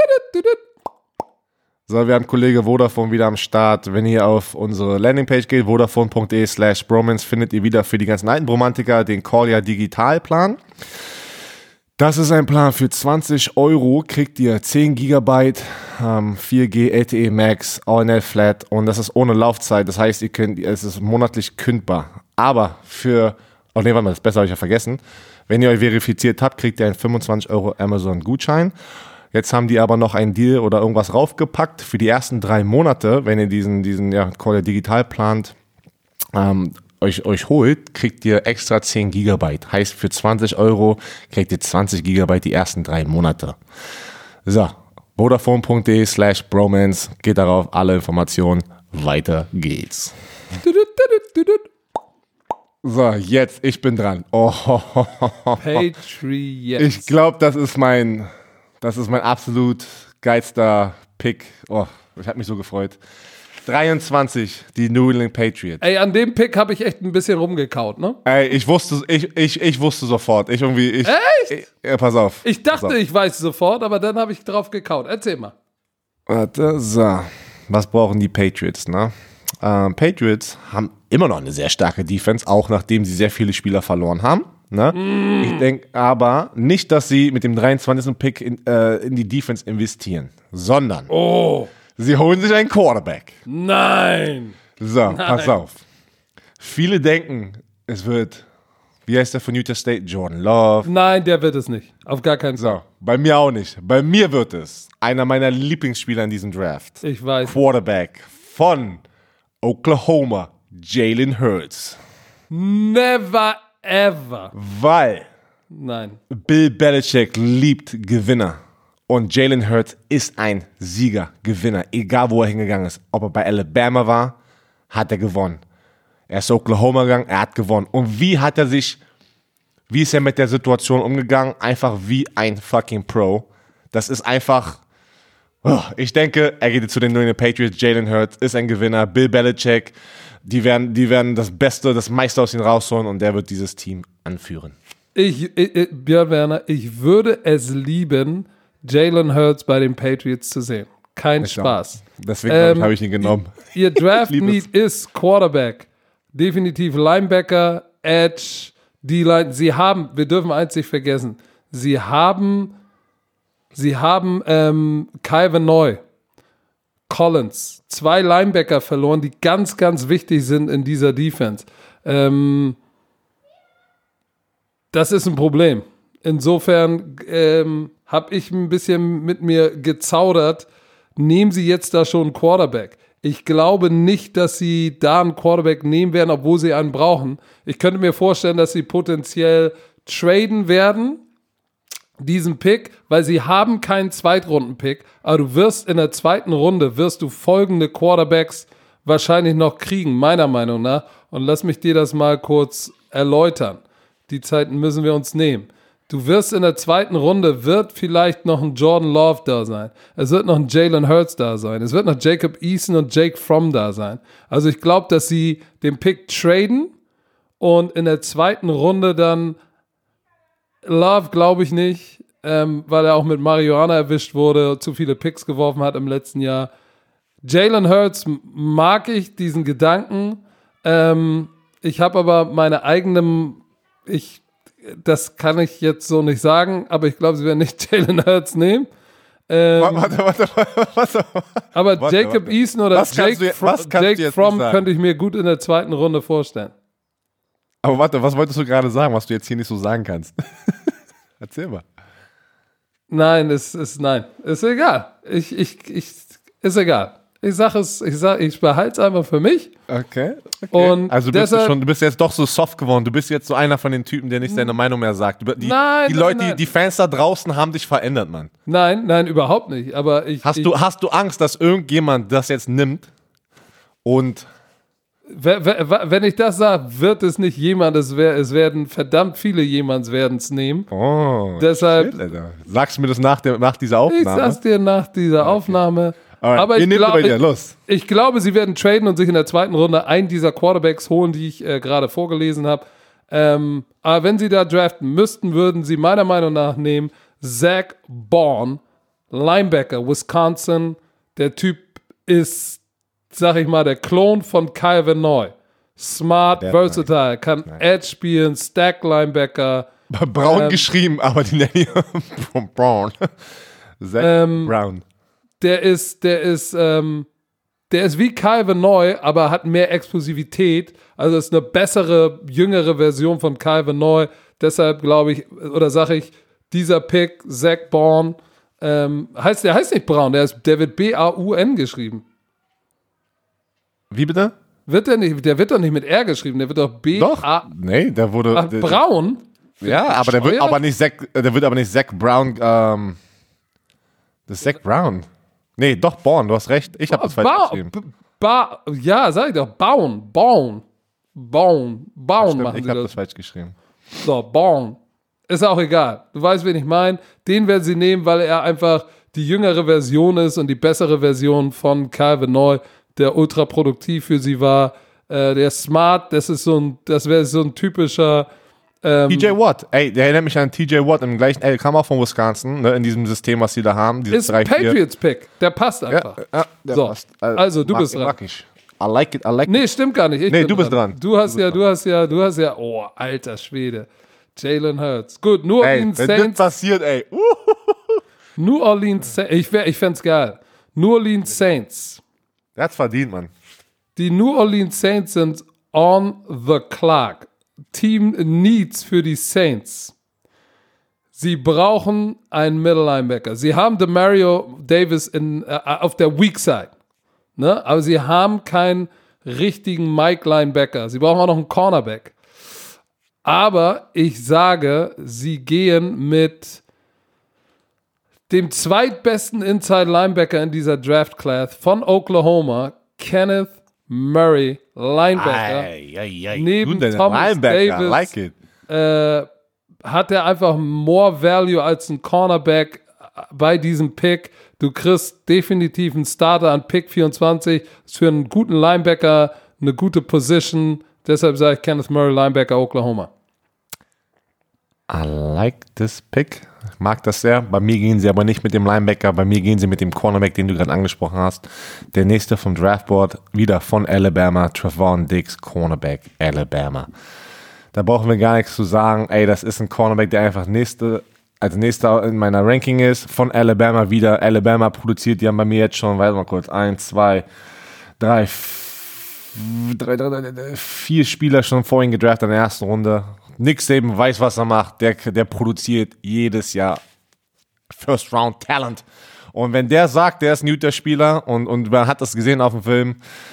So, wir haben Kollege Vodafone wieder am Start. Wenn ihr auf unsere Landingpage geht, vodafone.de/bromance, findet ihr wieder für die ganzen alten Bromantiker den Kordia Digitalplan. Das ist ein Plan für 20 €, kriegt ihr 10 GB, 4G LTE Max, AOL Flat, und das ist ohne Laufzeit. Das heißt, es ist monatlich kündbar. Aber das besser habe ich ja vergessen. Wenn ihr euch verifiziert habt, kriegt ihr einen 25 € Amazon-Gutschein. Jetzt haben die aber noch einen Deal oder irgendwas raufgepackt für die ersten 3 Monate, wenn ihr diesen Kordia Digitalplan euch holt, kriegt ihr extra 10 GB. Heißt, für 20 € kriegt ihr 20 GB die ersten 3 Monate. So, vodafone.de/bromance, geht darauf, alle Informationen. Weiter geht's. So, jetzt, ich bin dran. Patriots. Ich glaube, das ist mein absolut geilster Pick. Ich habe mich so gefreut. 23, die New England Patriots. Ey, an dem Pick habe ich echt ein bisschen rumgekaut, ne? Ey, ich wusste sofort. Echt? Pass auf. Ich dachte, ich weiß sofort, aber dann habe ich drauf gekaut. Erzähl mal. Warte, so. Was brauchen die Patriots, ne? Patriots haben immer noch eine sehr starke Defense, auch nachdem sie sehr viele Spieler verloren haben. Ne? Ich denke aber nicht, dass sie mit dem 23. Pick in die Defense investieren, sondern sie holen sich einen Quarterback. Nein! So, pass auf. Viele denken, es wird, wie heißt der von Utah State? Jordan Love. Nein, der wird es nicht. Auf gar keinen Fall. So, bei mir auch nicht. Bei mir wird es einer meiner Lieblingsspieler in diesem Draft. Ich weiß. Quarterback von Oklahoma, Jalen Hurts. Never ever. Weil Nein. Bill Belichick liebt Gewinner. Und Jalen Hurts ist ein Sieger, Gewinner. Egal, wo er hingegangen ist. Ob er bei Alabama war, hat er gewonnen. Er ist zu Oklahoma gegangen, er hat gewonnen. Und wie ist er mit der Situation umgegangen? Einfach wie ein fucking Pro. Das ist einfach, ich denke, er geht zu den New England Patriots. Jalen Hurts ist ein Gewinner. Bill Belichick, die werden das Beste, das meiste aus ihm rausholen, und der wird dieses Team anführen. Björn Werner, ich würde es lieben, Jalen Hurts bei den Patriots zu sehen. Kein Spaß. Deswegen habe ich ihn genommen. Ihr Draft-Need ist Quarterback. Definitiv Linebacker, Edge, D-Line. Wir dürfen eins nicht vergessen, sie haben Calvin Neu, Collins, 2 Linebacker verloren, die ganz, ganz wichtig sind in dieser Defense. Das ist ein Problem. Insofern habe ich ein bisschen mit mir gezaudert. Nehmen Sie jetzt da schon einen Quarterback. Ich glaube nicht, dass Sie da einen Quarterback nehmen werden, obwohl Sie einen brauchen. Ich könnte mir vorstellen, dass Sie potenziell traden werden, diesen Pick, weil Sie haben keinen Zweitrunden-Pick, aber du wirst in der zweiten Runde, folgende Quarterbacks wahrscheinlich noch kriegen, meiner Meinung nach. Und lass mich dir das mal kurz erläutern. Die Zeiten müssen wir uns nehmen. Du wirst in der zweiten Runde, wird vielleicht noch ein Jordan Love da sein. Es wird noch ein Jalen Hurts da sein. Es wird noch Jacob Eason und Jake Fromm da sein. Also ich glaube, dass sie den Pick traden und in der zweiten Runde dann Love glaube ich nicht, weil er auch mit Marihuana erwischt wurde, zu viele Picks geworfen hat im letzten Jahr. Jalen Hurts mag ich, diesen Gedanken. Ich habe aber meine eigenen, das kann ich jetzt so nicht sagen, aber ich glaube, sie werden nicht Jalen Hurts nehmen. Warte. Aber Jacob Eason oder Jake Fromm könnte ich mir gut in der zweiten Runde vorstellen. Aber warte, was wolltest du gerade sagen, was du jetzt hier nicht so sagen kannst? Erzähl mal. Nein, ist egal. Ist egal. Ich behalte es einfach für mich. Okay. Und also du bist jetzt doch so soft geworden. Du bist jetzt so einer von den Typen, der nicht seine Meinung mehr sagt. Die Fans da draußen haben dich verändert, Mann. Nein, überhaupt nicht. Aber hast du Angst, dass irgendjemand das jetzt nimmt und wenn ich das sage, wird es nicht jemand, es werden verdammt viele jemands werden es nehmen. Oh, deshalb shit, Alter. Sagst du mir das nach dieser Aufnahme? Ich sag's dir nach dieser Aufnahme. Alright. Aber ich glaube, sie werden traden und sich in der zweiten Runde einen dieser Quarterbacks holen, die ich gerade vorgelesen habe. Aber wenn sie da draften müssten, würden sie meiner Meinung nach nehmen Zach Baun, Linebacker, Wisconsin. Der Typ ist, sag ich mal, der Klon von Kyle Van Noy. Smart, versatile, kann Edge spielen, Stack Linebacker. Braun geschrieben, aber die nennen ihn Braun. Zach Brown. Der ist wie Kyle Van Noy, aber hat mehr Explosivität. Also ist eine bessere, jüngere Version von Kyle Van Noy. Deshalb glaube ich, oder sage ich, dieser Pick, Zach Baun, der heißt nicht Braun, der wird B-A-U-N geschrieben. Wie bitte? Der wird doch nicht mit R geschrieben, der wird doch B-A... Nee, der wurde... Ach, Braun? Ja, aber der wird aber nicht Zach Brown, das ist Zach Brown. Nee, doch, Baun, du hast recht. Ich habe das falsch geschrieben. Ja, sag ich doch, Baun machen ich habe das falsch geschrieben. So, Baun. Ist auch egal. Du weißt, wen ich meine. Den werden sie nehmen, weil er einfach die jüngere Version ist und die bessere Version von Kyle Van Noy, der ultra produktiv für sie war. Der ist smart, das wäre so ein typischer TJ Watt, der erinnert mich an TJ Watt im gleichen, kam auch von Wisconsin, ne, in diesem System, was sie da haben. Ist ein Patriots-Pick, der passt einfach. Ja, der passt. Also, du bist dran. Mag ich. I like it. Nee, stimmt gar nicht. Du bist dran. Du hast ja, oh, alter Schwede. Jalen Hurts. Gut, New Orleans Saints. Wenn das passiert, ey. New Orleans Saints, ich fänd's geil. New Orleans Saints. Der hat's verdient, Mann. Die New Orleans Saints sind on the clock. Team Needs für die Saints. Sie brauchen einen Middle Linebacker. Sie haben Demario Davis auf der Weak Side. Ne? Aber sie haben keinen richtigen Mike Linebacker. Sie brauchen auch noch einen Cornerback. Aber ich sage, sie gehen mit dem zweitbesten Inside Linebacker in dieser Draft Class von Oklahoma, Kenneth Murray, Linebacker. Neben Thomas Davis like it. Hat er einfach more value als ein Cornerback bei diesem Pick. Du kriegst definitiv einen Starter an Pick 24. Das ist für einen guten Linebacker eine gute Position. Deshalb sage ich Kenneth Murray, Linebacker, Oklahoma. I like this pick. Ich mag das sehr. Bei mir gehen sie aber nicht mit dem Linebacker. Bei mir gehen sie mit dem Cornerback, den du gerade angesprochen hast. Der nächste vom Draftboard, wieder von Alabama, Trevon Diggs, Cornerback, Alabama. Da brauchen wir gar nichts zu sagen. Ey, das ist ein Cornerback, der einfach als nächster in meiner Ranking ist. Von Alabama wieder. Alabama produziert, die haben bei mir jetzt schon, warte mal kurz, 1, 2, 3, 4 Spieler schon vorhin gedraftet in der ersten Runde. Nick Saban weiß, was er macht. Der produziert jedes Jahr First-Round-Talent. Und wenn der sagt, der ist ein guter Spieler und man hat das gesehen auf dem Film,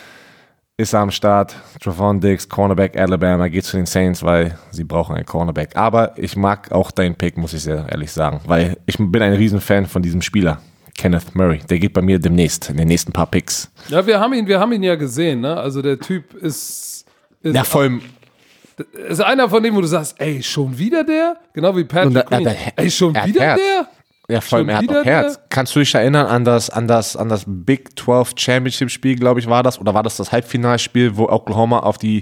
ist er am Start. Trevon Diggs, Cornerback, Alabama, geht zu den Saints, weil sie brauchen einen Cornerback. Aber ich mag auch deinen Pick, muss ich sehr ehrlich sagen, weil ich bin ein Riesenfan von diesem Spieler, Kenneth Murray. Der geht bei mir demnächst, in den nächsten paar Picks. Ja, wir haben ihn ja gesehen, ne? Also der Typ ist ja, vor allem ist einer von denen, wo du sagst, ey, schon wieder der? Genau wie Patrick Queen. Ey, schon wieder Herz. der? Ja, vor allem, er hat auch Herz. Kannst du dich erinnern an das Big 12 Championship Spiel, glaube ich, war das? Oder war das Halbfinalspiel, wo Oklahoma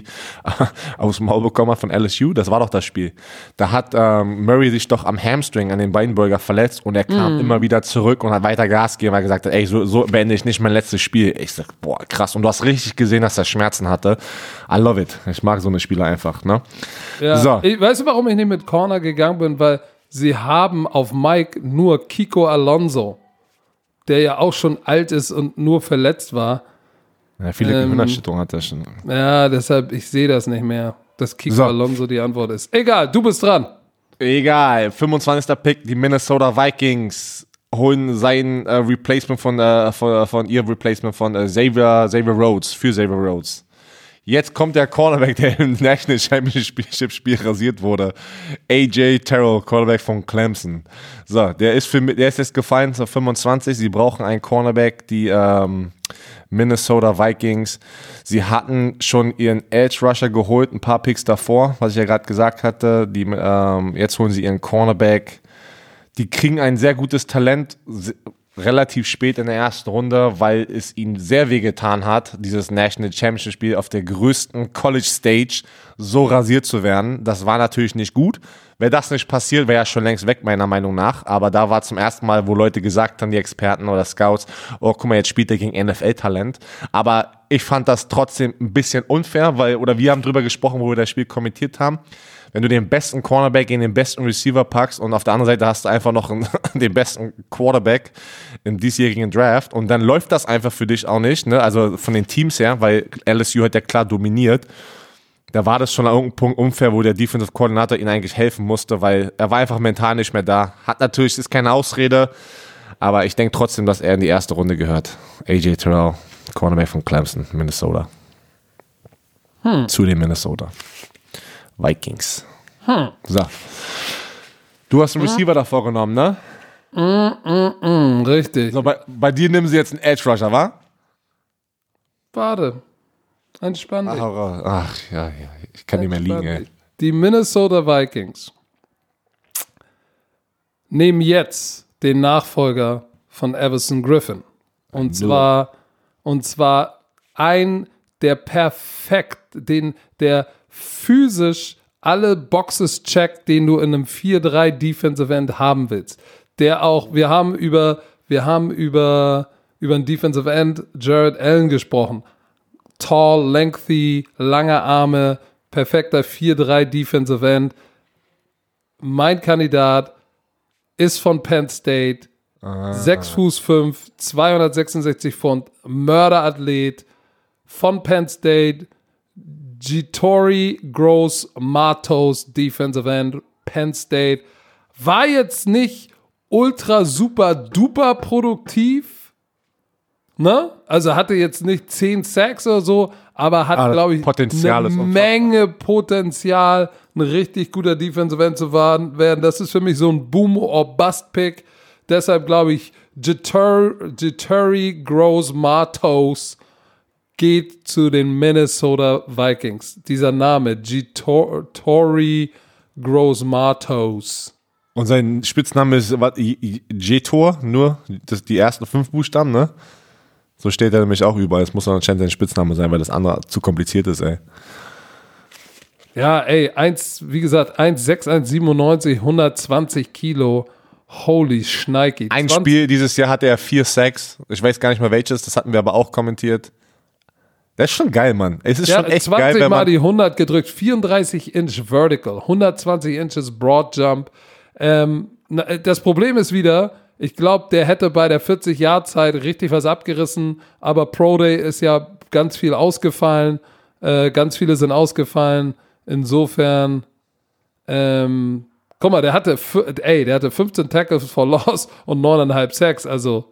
aufs Maul bekommen hat von LSU? Das war doch das Spiel. Da hat Murray sich doch am Hamstring an den Beinbeuger verletzt und er kam immer wieder zurück und hat weiter Gas gegeben, weil er gesagt hat, ey, so beende ich nicht mein letztes Spiel. Ich sag, boah, krass. Und du hast richtig gesehen, dass er Schmerzen hatte. I love it. Ich mag so eine Spieler einfach, ne? Ja. So. Weißt du, warum ich nicht mit Corner gegangen bin? Weil sie haben auf Mike nur Kiko Alonso, der ja auch schon alt ist und nur verletzt war. Ja, viele Gehirnerschütterungen hat er schon. Ja, deshalb, ich sehe das nicht mehr, dass Kiko Alonso die Antwort ist. Egal, du bist dran. Egal, 25. Pick, die Minnesota Vikings holen sein Replacement von ihr Replacement von Xavier Rhodes, für Xavier Rhodes. Jetzt kommt der Cornerback, der im National Championship-Spiel rasiert wurde. AJ Terrell, Cornerback von Clemson. So, der ist jetzt gefallen zur 25. Sie brauchen einen Cornerback, die Minnesota Vikings. Sie hatten schon ihren Edge Rusher geholt, ein paar Picks davor, was ich ja gerade gesagt hatte. Jetzt holen sie ihren Cornerback. Die kriegen ein sehr gutes Talent, relativ spät in der ersten Runde, weil es ihnen sehr wehgetan hat, dieses National Championship Spiel auf der größten College Stage so rasiert zu werden. Das war natürlich nicht gut. Wäre das nicht passiert, wäre ja schon längst weg, meiner Meinung nach. Aber da war zum ersten Mal, wo Leute gesagt haben, die Experten oder Scouts, oh, guck mal, jetzt spielt er gegen NFL-Talent. Aber ich fand das trotzdem ein bisschen unfair, wir haben drüber gesprochen, wo wir das Spiel kommentiert haben. Wenn du den besten Cornerback in den besten Receiver packst und auf der anderen Seite hast du einfach noch den besten Quarterback im diesjährigen Draft und dann läuft das einfach für dich auch nicht, ne? Also von den Teams her, weil LSU hat ja klar dominiert. Da war das schon an irgendeinem Punkt unfair, wo der Defensive Coordinator ihnen eigentlich helfen musste, weil er war einfach mental nicht mehr da. Ist keine Ausrede, aber ich denke trotzdem, dass er in die erste Runde gehört. AJ Terrell, Cornerback von Clemson, Minnesota. Zu den Minnesota Vikings. So. Du hast einen Receiver davor genommen, ne? Richtig. So, bei dir nehmen sie jetzt einen Edge Rusher, wa? Warte. Entspann dich. Ach, ja. Ich kann nicht mehr liegen, ey. Die Minnesota Vikings nehmen jetzt den Nachfolger von Everson Griffin. Und zwar ein der der physisch alle Boxes checkt, den du in einem 4-3 Defensive End haben willst. Der auch, wir haben über einen Defensive End, Jared Allen, gesprochen. Tall, lengthy, lange Arme, perfekter 4-3 Defensive End. Mein Kandidat ist von Penn State, 6'5", 266 Pfund, Mörderathlet von Penn State, Jitori Gross-Matos, Defensive End, Penn State. War jetzt nicht ultra super duper produktiv, ne? Also hatte jetzt nicht 10 Sacks oder so, aber hat, glaube ich, eine Menge Potenzial, ein richtig guter Defensive End zu werden. Das ist für mich so ein Boom-or-Bust-Pick. Deshalb glaube ich, Jitori Gross-Matos geht zu den Minnesota Vikings. Dieser Name, Jitori Gross-Matos. Und sein Spitzname ist Jetor, nur die ersten 5 Buchstaben, ne? So steht er nämlich auch überall. Es muss anscheinend sein Spitzname sein, weil das andere zu kompliziert ist, ey. Ja, ey, 1,6, 1,97, 120 Kilo. Holy Schneiki. Ein Spiel dieses Jahr hatte er 4 Sacks. Ich weiß gar nicht mehr welches, das hatten wir aber auch kommentiert. Das ist schon geil, Mann. Es ist schon echt 20 geil, wenn man Mal die 100 gedrückt, 34 Inch Vertical, 120 Inches Broad Jump. Das Problem ist wieder, Ich glaube, der hätte bei der 40-Jahr-Zeit richtig was abgerissen, aber Pro Day ist ja ganz viel ausgefallen. Ganz viele sind ausgefallen. Insofern, guck mal, der hatte 15 Tackles for Loss und 9,5 Sacks. Also,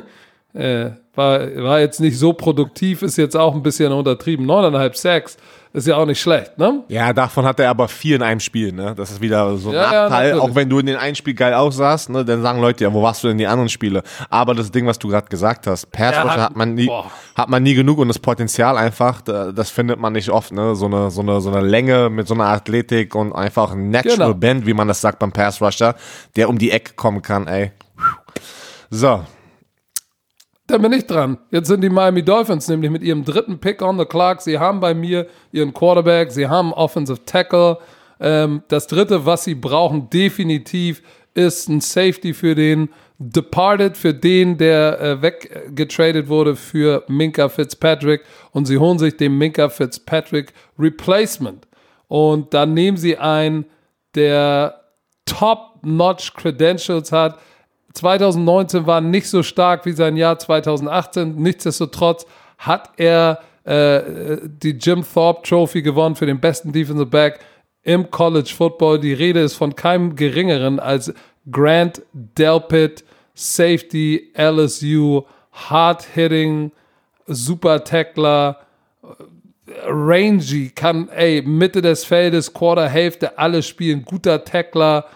war jetzt nicht so produktiv, ist jetzt auch ein bisschen untertrieben. 9,5 Sacks ist ja auch nicht schlecht, ne? Ja, davon hat er aber 4 in einem Spiel, ne? Das ist wieder so ein Nachteil. Ja, auch wenn du in den einen Spiel geil aussahst, ne, dann sagen Leute, ja, wo warst du denn in die anderen Spiele? Aber das Ding, was du gerade gesagt hast, Pass-Rusher hat man nie genug und das Potenzial einfach, das findet man nicht oft, ne? So eine Länge mit so einer Athletik und einfach ein Natural Bend, wie man das sagt beim Pass-Rusher, der um die Ecke kommen kann, ey. So. Da bin ich dran. Jetzt sind die Miami Dolphins nämlich mit ihrem 3. Pick on the clock. Sie haben bei mir ihren Quarterback, sie haben Offensive Tackle. Das 3., was sie brauchen, definitiv, ist ein Safety für den Departed, für den, der weggetradet wurde für Minkah Fitzpatrick. Und sie holen sich den Minkah Fitzpatrick Replacement. Und dann nehmen sie einen, der Top-Notch Credentials hat. 2019 war nicht so stark wie sein Jahr 2018. Nichtsdestotrotz hat er die Jim Thorpe Trophy gewonnen für den besten Defensive Back im College Football. Die Rede ist von keinem Geringeren als Grant Delpit, Safety, LSU, Hard-Hitting, Super Tackler, rangy, kann, Mitte des Feldes, Quarterhälfte, alles spielen, guter Tackler,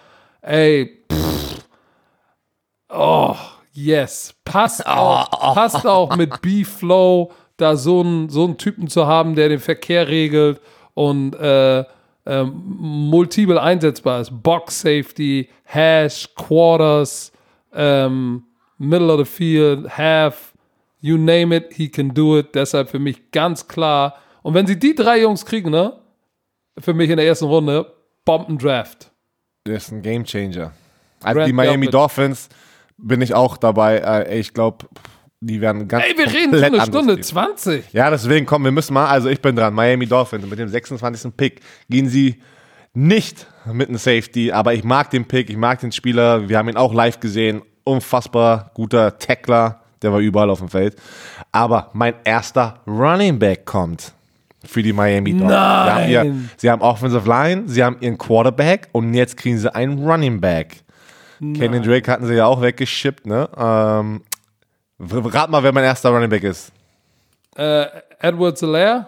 oh, yes. Passt auch mit B-Flow, da so einen Typen zu haben, der den Verkehr regelt und multiple einsetzbar ist. Box Safety, Hash, Quarters, Middle of the Field, Half, you name it, he can do it. Deshalb für mich ganz klar. Und wenn sie die 3 Jungs kriegen, ne, für mich in der ersten Runde, Bombendraft. Das ist ein Gamechanger. Also die Miami Dolphins bin ich auch dabei. Ich glaube, die werden ganz. Wir reden schon eine Stunde 20. Ja, deswegen, komm, wir müssen mal. Also, ich bin dran. Miami Dolphins mit dem 26. Pick gehen sie nicht mit einem Safety, aber ich mag den Pick, ich mag den Spieler. Wir haben ihn auch live gesehen. Unfassbar guter Tackler. Der war überall auf dem Feld. Aber mein erster Running Back kommt für die Miami Dolphins. Nein. Sie haben Offensive Line, sie haben ihren Quarterback und jetzt kriegen sie einen Running Back. Kenyon Drake hatten sie ja auch weggeschippt, ne? Rat mal, wer mein erster Running Back ist. Edwards-Helaire?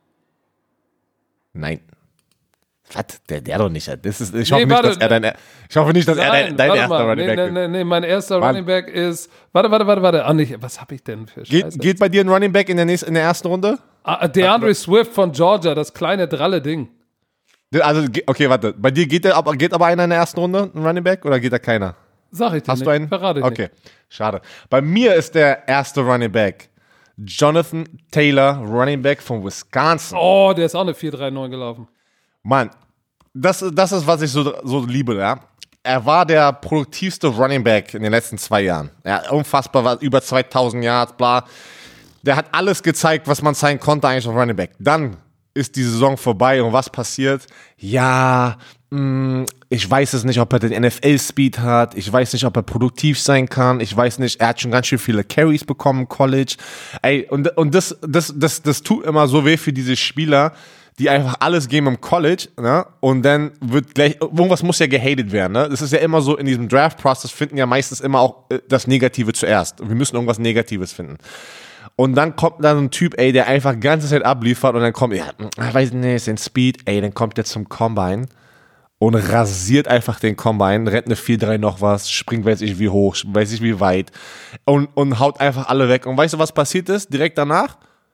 Nein. Was? Der doch nicht. Ich hoffe nicht, dass er dein erster Running Back ist. Nee, mein erster Running Back ist. Warte. Ah, nicht. Was habe ich denn für Scheiße? Geht bei dir ein Running Back in der ersten Runde? DeAndre Swift von Georgia, das kleine Dralle-Ding. Also, okay, warte. Bei dir geht aber einer in der ersten Runde, ein Running Back, oder geht da keiner? Sag ich dir Hast nicht. Du einen? Verrate ich nicht. Okay, schade. Bei mir ist der erste Running Back Jonathan Taylor, Running Back von Wisconsin. Oh, der ist auch eine 4-3-9 gelaufen. Mann, das ist, was ich so liebe, ja. Er war der produktivste Running Back in den letzten 2 Jahren. Ja, unfassbar, war über 2000 Yards, bla. Der hat alles gezeigt, was man zeigen konnte eigentlich auf Running Back. Dann ist die Saison vorbei und was passiert? Ja, ich weiß es nicht, ob er den NFL-Speed hat. Ich weiß nicht, ob er produktiv sein kann. Ich weiß nicht, er hat schon ganz schön viele Carries bekommen im College. Und das tut immer so weh für diese Spieler, die einfach alles geben im College, ne? Und dann wird gleich, irgendwas muss ja gehatet werden, ne? Das ist ja immer so, in diesem Draft-Prozess finden ja meistens immer auch das Negative zuerst. Wir müssen irgendwas Negatives finden. Und dann kommt dann ein Typ, der einfach die ganze Zeit abliefert und dann kommt, ich weiß nicht, ist ein Speed, dann kommt der zum Combine und rasiert einfach den Combine, rennt eine 4-3 noch was, springt weiß ich wie hoch, weiß ich wie weit und haut einfach alle weg. Und weißt du, was passiert ist? Direkt danach,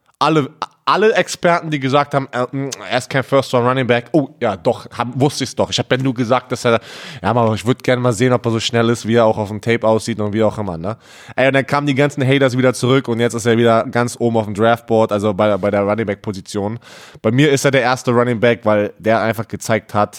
alle Experten, die gesagt haben, er ist kein First-Round-Running-Back, oh, ja, doch, wusste ich es doch. Ich habe ja nur gesagt, dass er, ja, aber ich würde gerne mal sehen, ob er so schnell ist, wie er auch auf dem Tape aussieht und wie auch immer, ne? Und dann kamen die ganzen Haters wieder zurück und jetzt ist er wieder ganz oben auf dem Draftboard, also bei der Running-Back-Position. Bei mir ist er der erste Running-Back, weil der einfach gezeigt hat,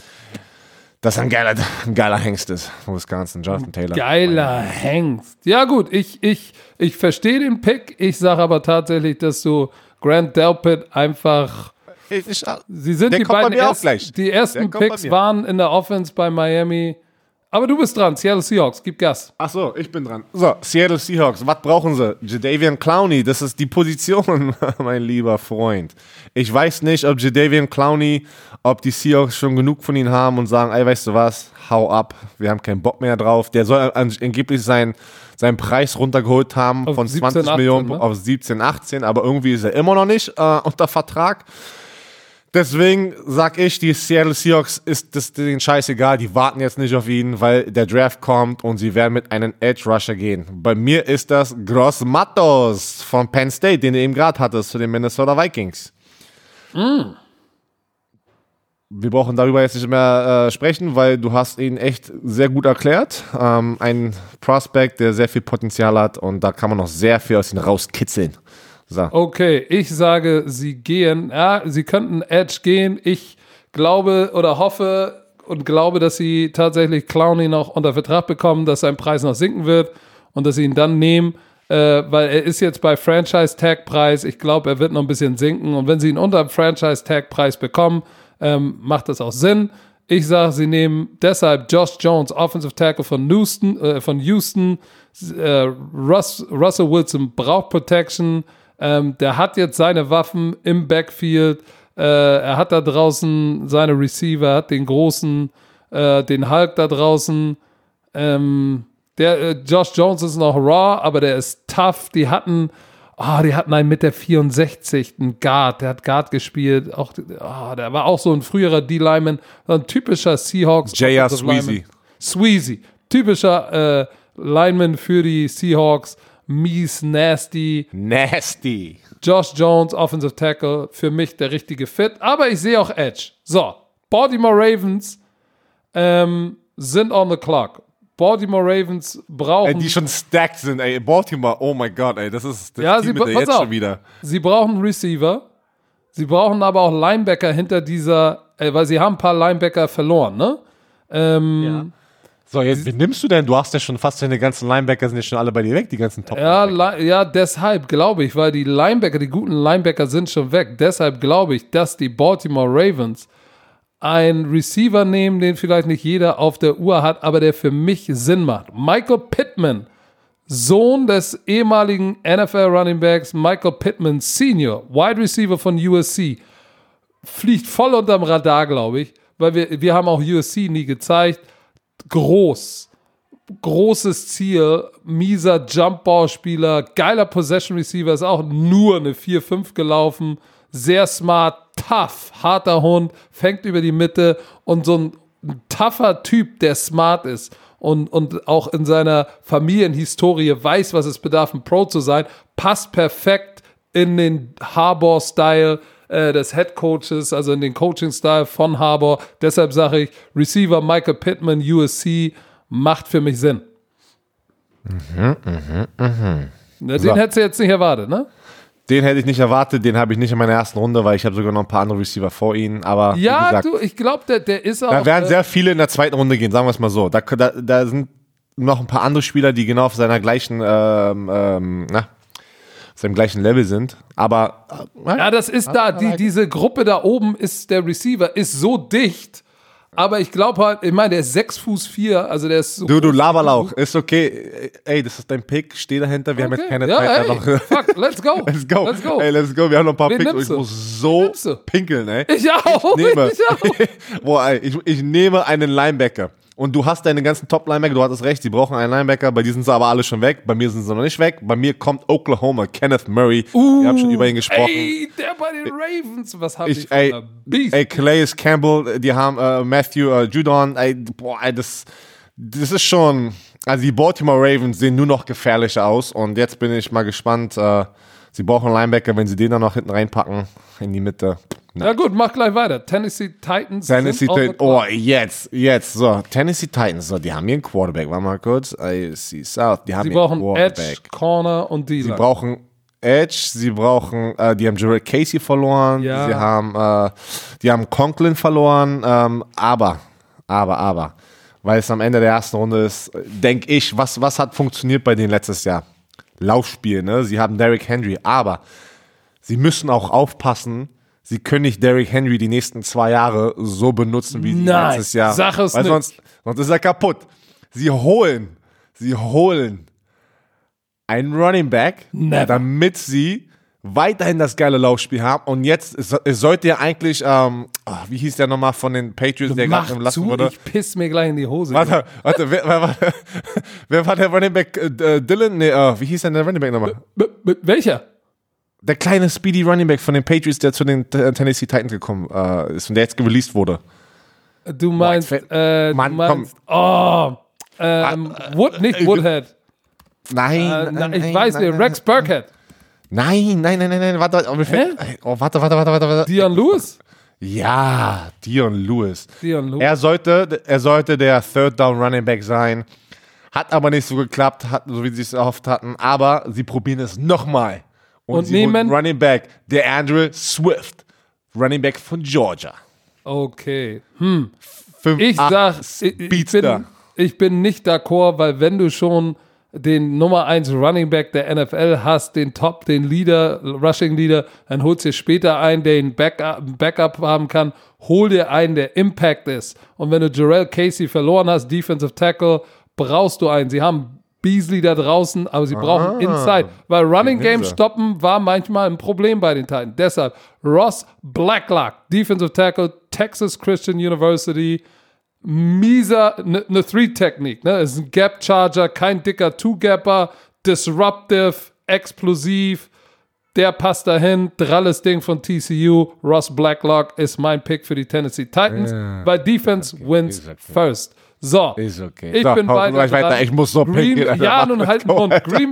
dass er ein geiler Hengst ist von Wisconsin, Jonathan Taylor. Geiler Hengst. Ja gut, ich verstehe den Pick, ich sage aber tatsächlich, dass du Grant Delpit einfach. Sie sind die beiden die ersten Picks waren in der Offense bei Miami. Aber du bist dran, Seattle Seahawks, gib Gas. Ach so, ich bin dran. So, Seattle Seahawks, was brauchen sie? Jadeveon Clowney, das ist die Position, mein lieber Freund. Ich weiß nicht, ob Jadeveon Clowney, ob die Seahawks schon genug von ihm haben und sagen, ey, weißt du was, hau ab, wir haben keinen Bock mehr drauf. Der soll angeblich seinen Preis runtergeholt haben auf von 20 17, Millionen 18, ne? Auf 17, 18, aber irgendwie ist er immer noch nicht unter Vertrag. Deswegen sag ich, die Seattle Seahawks ist das denen scheißegal, die warten jetzt nicht auf ihn, weil der Draft kommt und sie werden mit einem Edge Rusher gehen. Bei mir ist das Gross Matos von Penn State, den du eben gerade hattest, zu den Minnesota Vikings. Wir brauchen darüber jetzt nicht mehr sprechen, weil du hast ihn echt sehr gut erklärt. Ein Prospect, der sehr viel Potenzial hat und da kann man noch sehr viel aus ihm rauskitzeln. So. Okay, ich sage, sie gehen. Ja, sie könnten Edge gehen. Ich glaube oder hoffe und glaube, dass sie tatsächlich Clowney noch unter Vertrag bekommen, dass sein Preis noch sinken wird und dass sie ihn dann nehmen, weil er ist jetzt bei Franchise-Tag-Preis. Ich glaube, er wird noch ein bisschen sinken und wenn sie ihn unter dem Franchise-Tag-Preis bekommen, macht das auch Sinn. Ich sage, sie nehmen deshalb Josh Jones, Offensive Tackle von Houston. Russell Wilson braucht Protection. Der hat jetzt seine Waffen im Backfield. Er hat da draußen seine Receiver, hat den großen, den Hulk da draußen. Josh Jones ist noch raw, aber der ist tough. Die hatten einen mit der 64, einen Guard, der hat Guard gespielt. Der war auch so ein früherer D-Lineman, ein typischer Seahawks. J.R. Sweezy. Typischer Lineman für die Seahawks. Mies, nasty. Josh Jones, Offensive Tackle, für mich der richtige Fit. Aber ich sehe auch Edge. So, Baltimore Ravens sind on the clock. Baltimore Ravens brauchen... Ey, die schon stacked sind, ey. Baltimore, oh mein Gott, ey. Das Team mit der jetzt schon wieder. Sie brauchen Receiver. Sie brauchen aber auch Linebacker hinter dieser... weil sie haben ein paar Linebacker verloren, ne? Ja. So, jetzt, wie nimmst du denn? Du hast ja schon fast deine ganzen Linebacker sind ja schon alle bei dir weg, die ganzen Top. Ja, deshalb glaube ich, weil die guten Linebacker sind schon weg. Deshalb glaube ich, dass die Baltimore Ravens einen Receiver nehmen, den vielleicht nicht jeder auf der Uhr hat, aber der für mich Sinn macht. Michael Pittman, Sohn des ehemaligen NFL Running Backs Michael Pittman Senior, Wide Receiver von USC, fliegt voll unterm Radar, glaube ich, weil wir haben auch USC nie gezeigt. Großes Ziel, mieser Jumpball-Spieler, geiler Possession-Receiver, ist auch nur eine 4-5 gelaufen, sehr smart, tough, harter Hund, fängt über die Mitte und so ein tougher Typ, der smart ist und auch in seiner Familienhistorie weiß, was es bedarf, ein Pro zu sein, passt perfekt in den Harbaugh-Style des Head Coaches, also in den Coaching-Style von Harbaugh. Deshalb sage ich, Receiver Michael Pittman, USC, macht für mich Sinn. Den hättest du jetzt nicht erwartet, ne? Den hätte ich nicht erwartet, den habe ich nicht in meiner ersten Runde, weil ich habe sogar noch ein paar andere Receiver vor ihnen. Aber ja, wie gesagt, ich glaube, der ist auch... Da werden sehr viele in der zweiten Runde gehen, sagen wir es mal so. Da sind noch ein paar andere Spieler, die genau auf seiner gleichen seinem gleichen Level sind, aber ja, das ist diese Gruppe da oben ist der Receiver, ist so dicht, aber ich glaube halt, ich meine, der ist 6'4", also der ist so... Du Laberlauch, ist okay, ey, das ist dein Pick, steh dahinter, wir haben jetzt keine Zeit. Fuck, let's go. Ey, let's go, wir haben noch ein paar Picks und ich muss so pinkeln, ey. Ich auch. Boah, ey, ich nehme einen Linebacker. Und du hast deine ganzen Top-Linebacker, du hattest recht, sie brauchen einen Linebacker, bei dir sind sie aber alle schon weg, bei mir sind sie noch nicht weg, bei mir kommt Oklahoma, Kenneth Murray, wir haben schon über ihn gesprochen. Ey, der bei den Ravens, was hab ich von Beast? Ey, Calais Campbell, die haben Matthew Judon, das ist schon, also die Baltimore Ravens sehen nur noch gefährlicher aus und jetzt bin ich mal gespannt, sie brauchen einen Linebacker, wenn sie den dann noch hinten reinpacken, in die Mitte. Na gut, mach gleich weiter. Tennessee Titans. Jetzt. So, Tennessee Titans, so, die haben hier einen Quarterback. Warte mal kurz. IC South, die haben sie brauchen Edge, Corner und D-Line. Sie brauchen Edge, die haben Jared Casey verloren, ja. Die haben Conklin verloren, aber, weil es am Ende der ersten Runde ist, denke ich, was hat funktioniert bei denen letztes Jahr? Laufspiel, ne? Sie haben Derrick Henry, aber sie müssen auch aufpassen, sie können nicht Derrick Henry die nächsten 2 Jahre so benutzen wie letztes Jahr. Sag es weil nicht. sonst ist er kaputt. Sie holen einen Running Back, damit sie weiterhin das geile Laufspiel haben. Und jetzt es sollte ja eigentlich, wie hieß der nochmal von den Patriots, der gerade entlassen wurde? Ich piss mir gleich in die Hose. Warte, wer war der Running Back? Dylan? Nee, wie hieß denn der Running Back nochmal? Welcher? Der kleine Speedy Running Back von den Patriots, der zu den Tennessee Titans gekommen ist und der jetzt released wurde. Du meinst, Woodhead. Nein, ich weiß nicht, Rex Burkhead. Nein, warte. Dion Lewis? Ja, Dion Lewis. Er sollte der Third Down Running Back sein, hat aber nicht so geklappt, so wie sie es erhofft hatten, aber sie probieren es nochmal. Und sie nehmen Running Back, der Andrew Swift, Running Back von Georgia. Okay. 5, ich 8, sag, ich bin nicht d'accord, weil wenn du schon den Nummer 1 Running Back der NFL hast, den Leader, Rushing Leader, dann holst du dir später einen, der einen Backup haben kann, hol dir einen, der Impact ist. Und wenn du Jarrell Casey verloren hast, Defensive Tackle, brauchst du einen. Sie haben Beasley da draußen, aber sie brauchen Inside, weil Running Game stoppen war manchmal ein Problem bei den Titans. Deshalb Ross Blacklock, Defensive Tackle, Texas Christian University, mieser, eine 3-Technik, ne? Ist ein Gap-Charger, kein dicker 2-Gapper, disruptive, explosiv, der passt dahin, dralles Ding von TCU, Ross Blacklock ist mein Pick für die Tennessee Titans, weil Defense wins first. So, ist okay. Ich bin weiter. Ich muss so picken. Ja, nun halt einen Mund. Green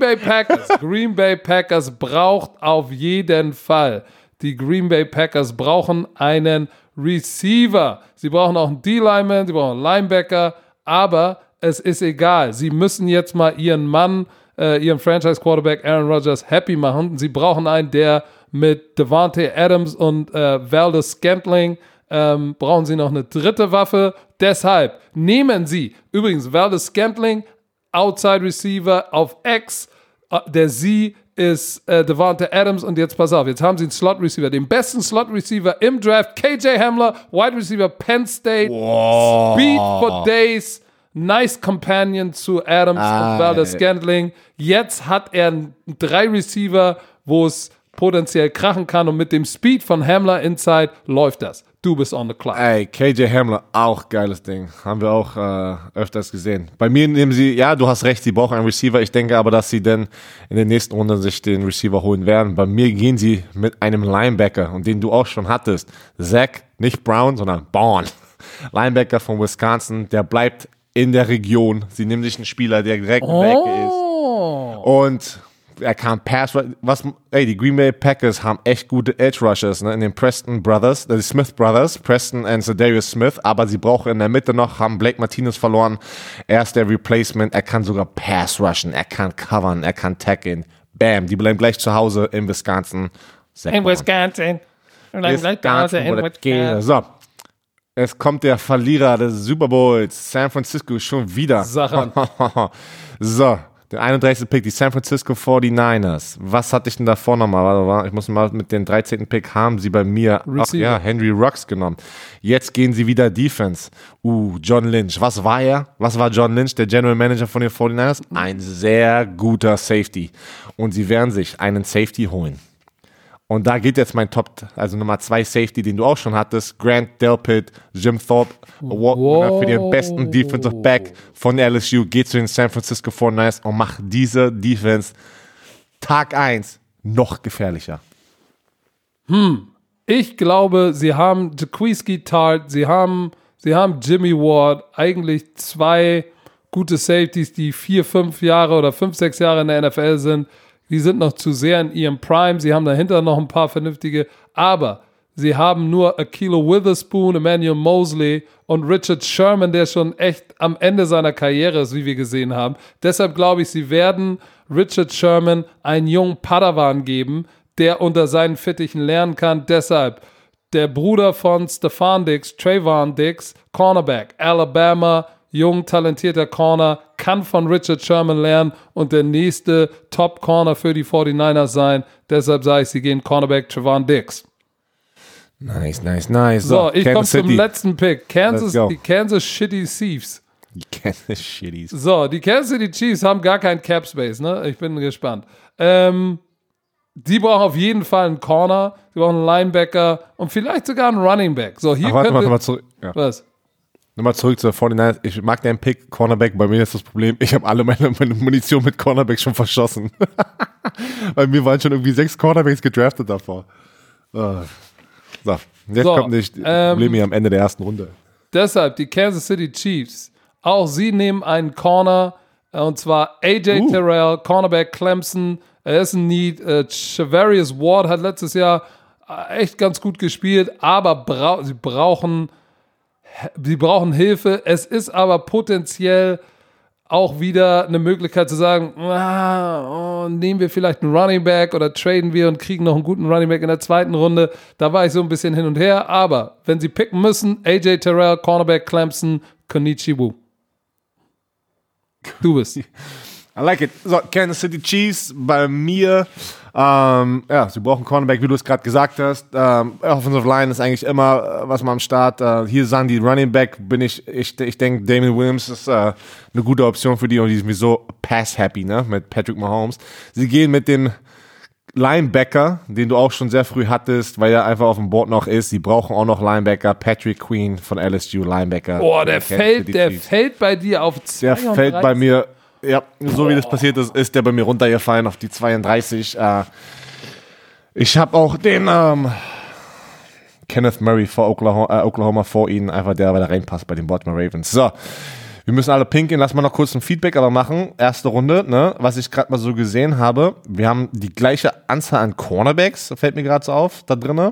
Bay Packers braucht auf jeden Fall. Die Green Bay Packers brauchen einen Receiver. Sie brauchen auch einen D-Lineman, sie brauchen einen Linebacker, aber es ist egal. Sie müssen jetzt mal ihren Mann, ihren Franchise-Quarterback Aaron Rodgers happy machen. Sie brauchen einen, der mit Devontae Adams und Valdez-Scantling brauchen sie noch eine dritte Waffe. Deshalb nehmen sie, übrigens Valdez-Scantling, Outside Receiver auf X, der Sie ist Devontae Adams und jetzt pass auf, jetzt haben sie einen Slot Receiver, den besten Slot Receiver im Draft, KJ Hamler, Wide Receiver Penn State, Speed for Days, nice Companion zu Adams und Valdez-Scantling. Jetzt hat er 3 Receiver, wo es potenziell krachen kann und mit dem Speed von Hamler Inside läuft das. Du bist on the clock. Ey, KJ Hamler, auch geiles Ding. Haben wir auch öfters gesehen. Bei mir nehmen sie, ja, du hast recht, sie brauchen einen Receiver. Ich denke aber, dass sie dann in der nächsten Runde sich den Receiver holen werden. Bei mir gehen sie mit einem Linebacker, und den du auch schon hattest. Zach, nicht Brown, sondern Bourne. Linebacker von Wisconsin, der bleibt in der Region. Sie nehmen sich einen Spieler, der direkt weg ist. Und er kann die Green Bay Packers haben echt gute Edge Rushers, ne? In den die Smith Brothers, Preston und Za'Darius Smith, aber sie brauchen in der Mitte noch, haben Blake Martinez verloren. Er ist der Replacement, er kann sogar Pass rushen, er kann covern, er kann tackeln. Bam, die bleiben gleich zu Hause in Wisconsin. So. Es kommt der Verlierer des Super Bowls, San Francisco, schon wieder. Sachen. So. Der 31. Pick, die San Francisco 49ers. Was hatte ich denn davor nochmal? Ich muss mal mit den 13. Pick haben sie bei mir Henry Ruggs genommen. Jetzt gehen sie wieder Defense. John Lynch. Was war er? Was war John Lynch, der General Manager von den 49ers? Ein sehr guter Safety. Und sie werden sich einen Safety holen. Und da geht jetzt mein Nummer 2 Safety, den du auch schon hattest. Grant Delpit, Jim Thorpe, Award für den besten Defensive Back von LSU, geht zu den San Francisco 49ers und macht diese Defense Tag 1 noch gefährlicher. Ich glaube, sie haben Jaquiski Tartt, sie haben Jimmy Ward, eigentlich 2 gute Safeties, die 4-5 Jahre oder 5-6 Jahre in der NFL sind. Die sind noch zu sehr in ihrem Prime. Sie haben dahinter noch ein paar vernünftige. Aber sie haben nur Ahkello Witherspoon, Emmanuel Mosley und Richard Sherman, der schon echt am Ende seiner Karriere ist, wie wir gesehen haben. Deshalb glaube ich, sie werden Richard Sherman einen jungen Padawan geben, der unter seinen Fittichen lernen kann. Deshalb der Bruder von Stefan Diggs, Trayvon Diggs, Cornerback, Alabama, jung, talentierter Corner, kann von Richard Sherman lernen und der nächste Top-Corner für die 49ers sein. Deshalb sage ich, sie gehen Cornerback Trayvon Diggs. Nice. So, ich komme zum letzten Pick. Die Kansas City Chiefs. Kansas Shitties. So, die Kansas City Chiefs haben gar keinen Cap Space, ne? Ich bin gespannt. Die brauchen auf jeden Fall einen Corner, die brauchen einen Linebacker und vielleicht sogar einen Running Back. So, hier warte mal zurück. Ja. Was? Nochmal zurück zu 49ers. Ich mag deinen Pick, Cornerback. Bei mir ist das Problem, ich habe alle meine Munition mit Cornerback schon verschossen. Bei mir waren schon irgendwie 6 Cornerbacks gedraftet davor. So, jetzt kommt nicht das Problem hier am Ende der ersten Runde. Deshalb die Kansas City Chiefs. Auch sie nehmen einen Corner, und zwar AJ Terrell, Cornerback Clemson. Er ist ein Need. Charvarius Ward hat letztes Jahr echt ganz gut gespielt, aber sie brauchen Hilfe. Es ist aber potenziell auch wieder eine Möglichkeit zu sagen, nehmen wir vielleicht einen Running Back oder traden wir und kriegen noch einen guten Running Back in der zweiten Runde. Da war ich so ein bisschen hin und her, aber wenn sie picken müssen, AJ Terrell, Cornerback Clemson, Konichiwa. Du bist. I like it. So, Kansas City Chiefs bei mir. Sie brauchen Cornerback, wie du es gerade gesagt hast. Offensive Line ist eigentlich immer was man am Start. Hier sagen die Running Back, ich denke, Damien Williams ist eine gute Option für die und die ist mir so pass-happy, ne, mit Patrick Mahomes. Sie gehen mit dem Linebacker, den du auch schon sehr früh hattest, weil er einfach auf dem Board noch ist. Sie brauchen auch noch Linebacker. Patrick Queen von LSU, Linebacker. Boah, der fällt bei dir auf 32. Der fällt bei mir. Ja, so wie das passiert ist, ist der bei mir runtergefallen auf die 32. Ich habe auch den Kenneth Murray vor Oklahoma vor ihnen, einfach der reinpasst bei den Baltimore Ravens. So, wir müssen alle pinkeln. Lass mal noch kurz ein Feedback aber machen. Erste Runde, ne? Was ich gerade mal so gesehen habe. Wir haben die gleiche Anzahl an Cornerbacks, fällt mir gerade so auf, da drinne.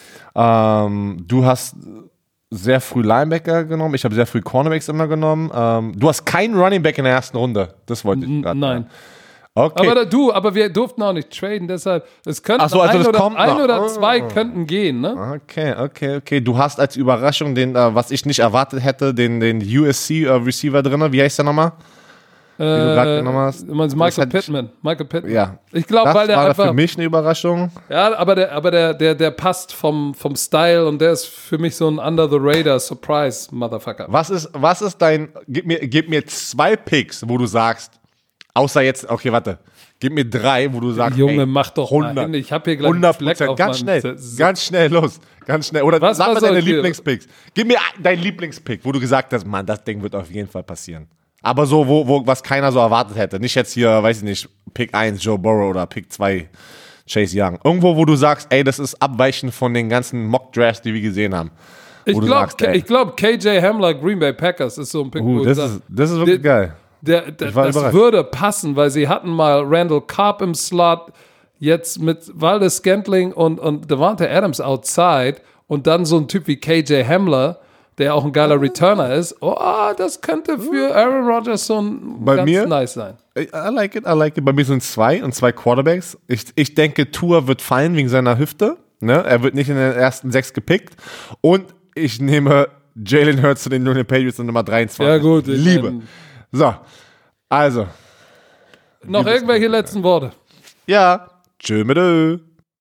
Du hast sehr früh Linebacker genommen. Ich habe sehr früh Cornerbacks immer genommen. Du hast keinen Running Back in der ersten Runde. Das wollte ich gerade. Nein. Okay. Aber wir durften auch nicht traden, deshalb, es könnten ein oder zwei könnten gehen, ne? Okay. Du hast als Überraschung den, was ich nicht erwartet hätte, den USC Receiver drin. Wie heißt der nochmal? Du meinst Michael Pittman. Ja. Ich glaube, weil der war einfach für mich eine Überraschung. Ja, aber der passt vom Style und der ist für mich so ein Under the Radar Surprise Motherfucker. Was ist dein gib mir 2 Picks, wo du sagst, außer jetzt, okay, warte. Gib mir 3, wo du sagst, Junge, mach doch 100, mal hin. Ich habe hier gleich 100%, ganz schnell, los. Ganz schnell. Oder sag mal deine Lieblingspicks. Gib mir deinen Lieblingspick, wo du gesagt hast, Mann, das Ding wird auf jeden Fall passieren. Aber so, was keiner so erwartet hätte. Nicht jetzt hier, weiß ich nicht, Pick 1 Joe Burrow oder Pick 2 Chase Young. Irgendwo, wo du sagst, ey, das ist abweichend von den ganzen Mock-Drafts, die wir gesehen haben. Ich glaube, KJ Hamler, Green Bay Packers ist so ein Pick. Das ist wirklich geil. Das würde passen, weil sie hatten mal Randall Cobb im Slot, jetzt mit Valdez Scantling und Davante Adams outside und dann so ein Typ wie KJ Hamler, der auch ein geiler Returner ist. Das könnte für Aaron Rodgers so nice sein. I like it. Bei mir sind 2 und 2 Quarterbacks. Ich denke, Tua wird fallen wegen seiner Hüfte. Ne? Er wird nicht in den ersten 6 gepickt. Und ich nehme Jalen Hurts zu den New England Patriots in Nummer 23. Ja gut. Liebe. So, also. Noch irgendwelche letzten Worte? Ja. Tschö mit Ö.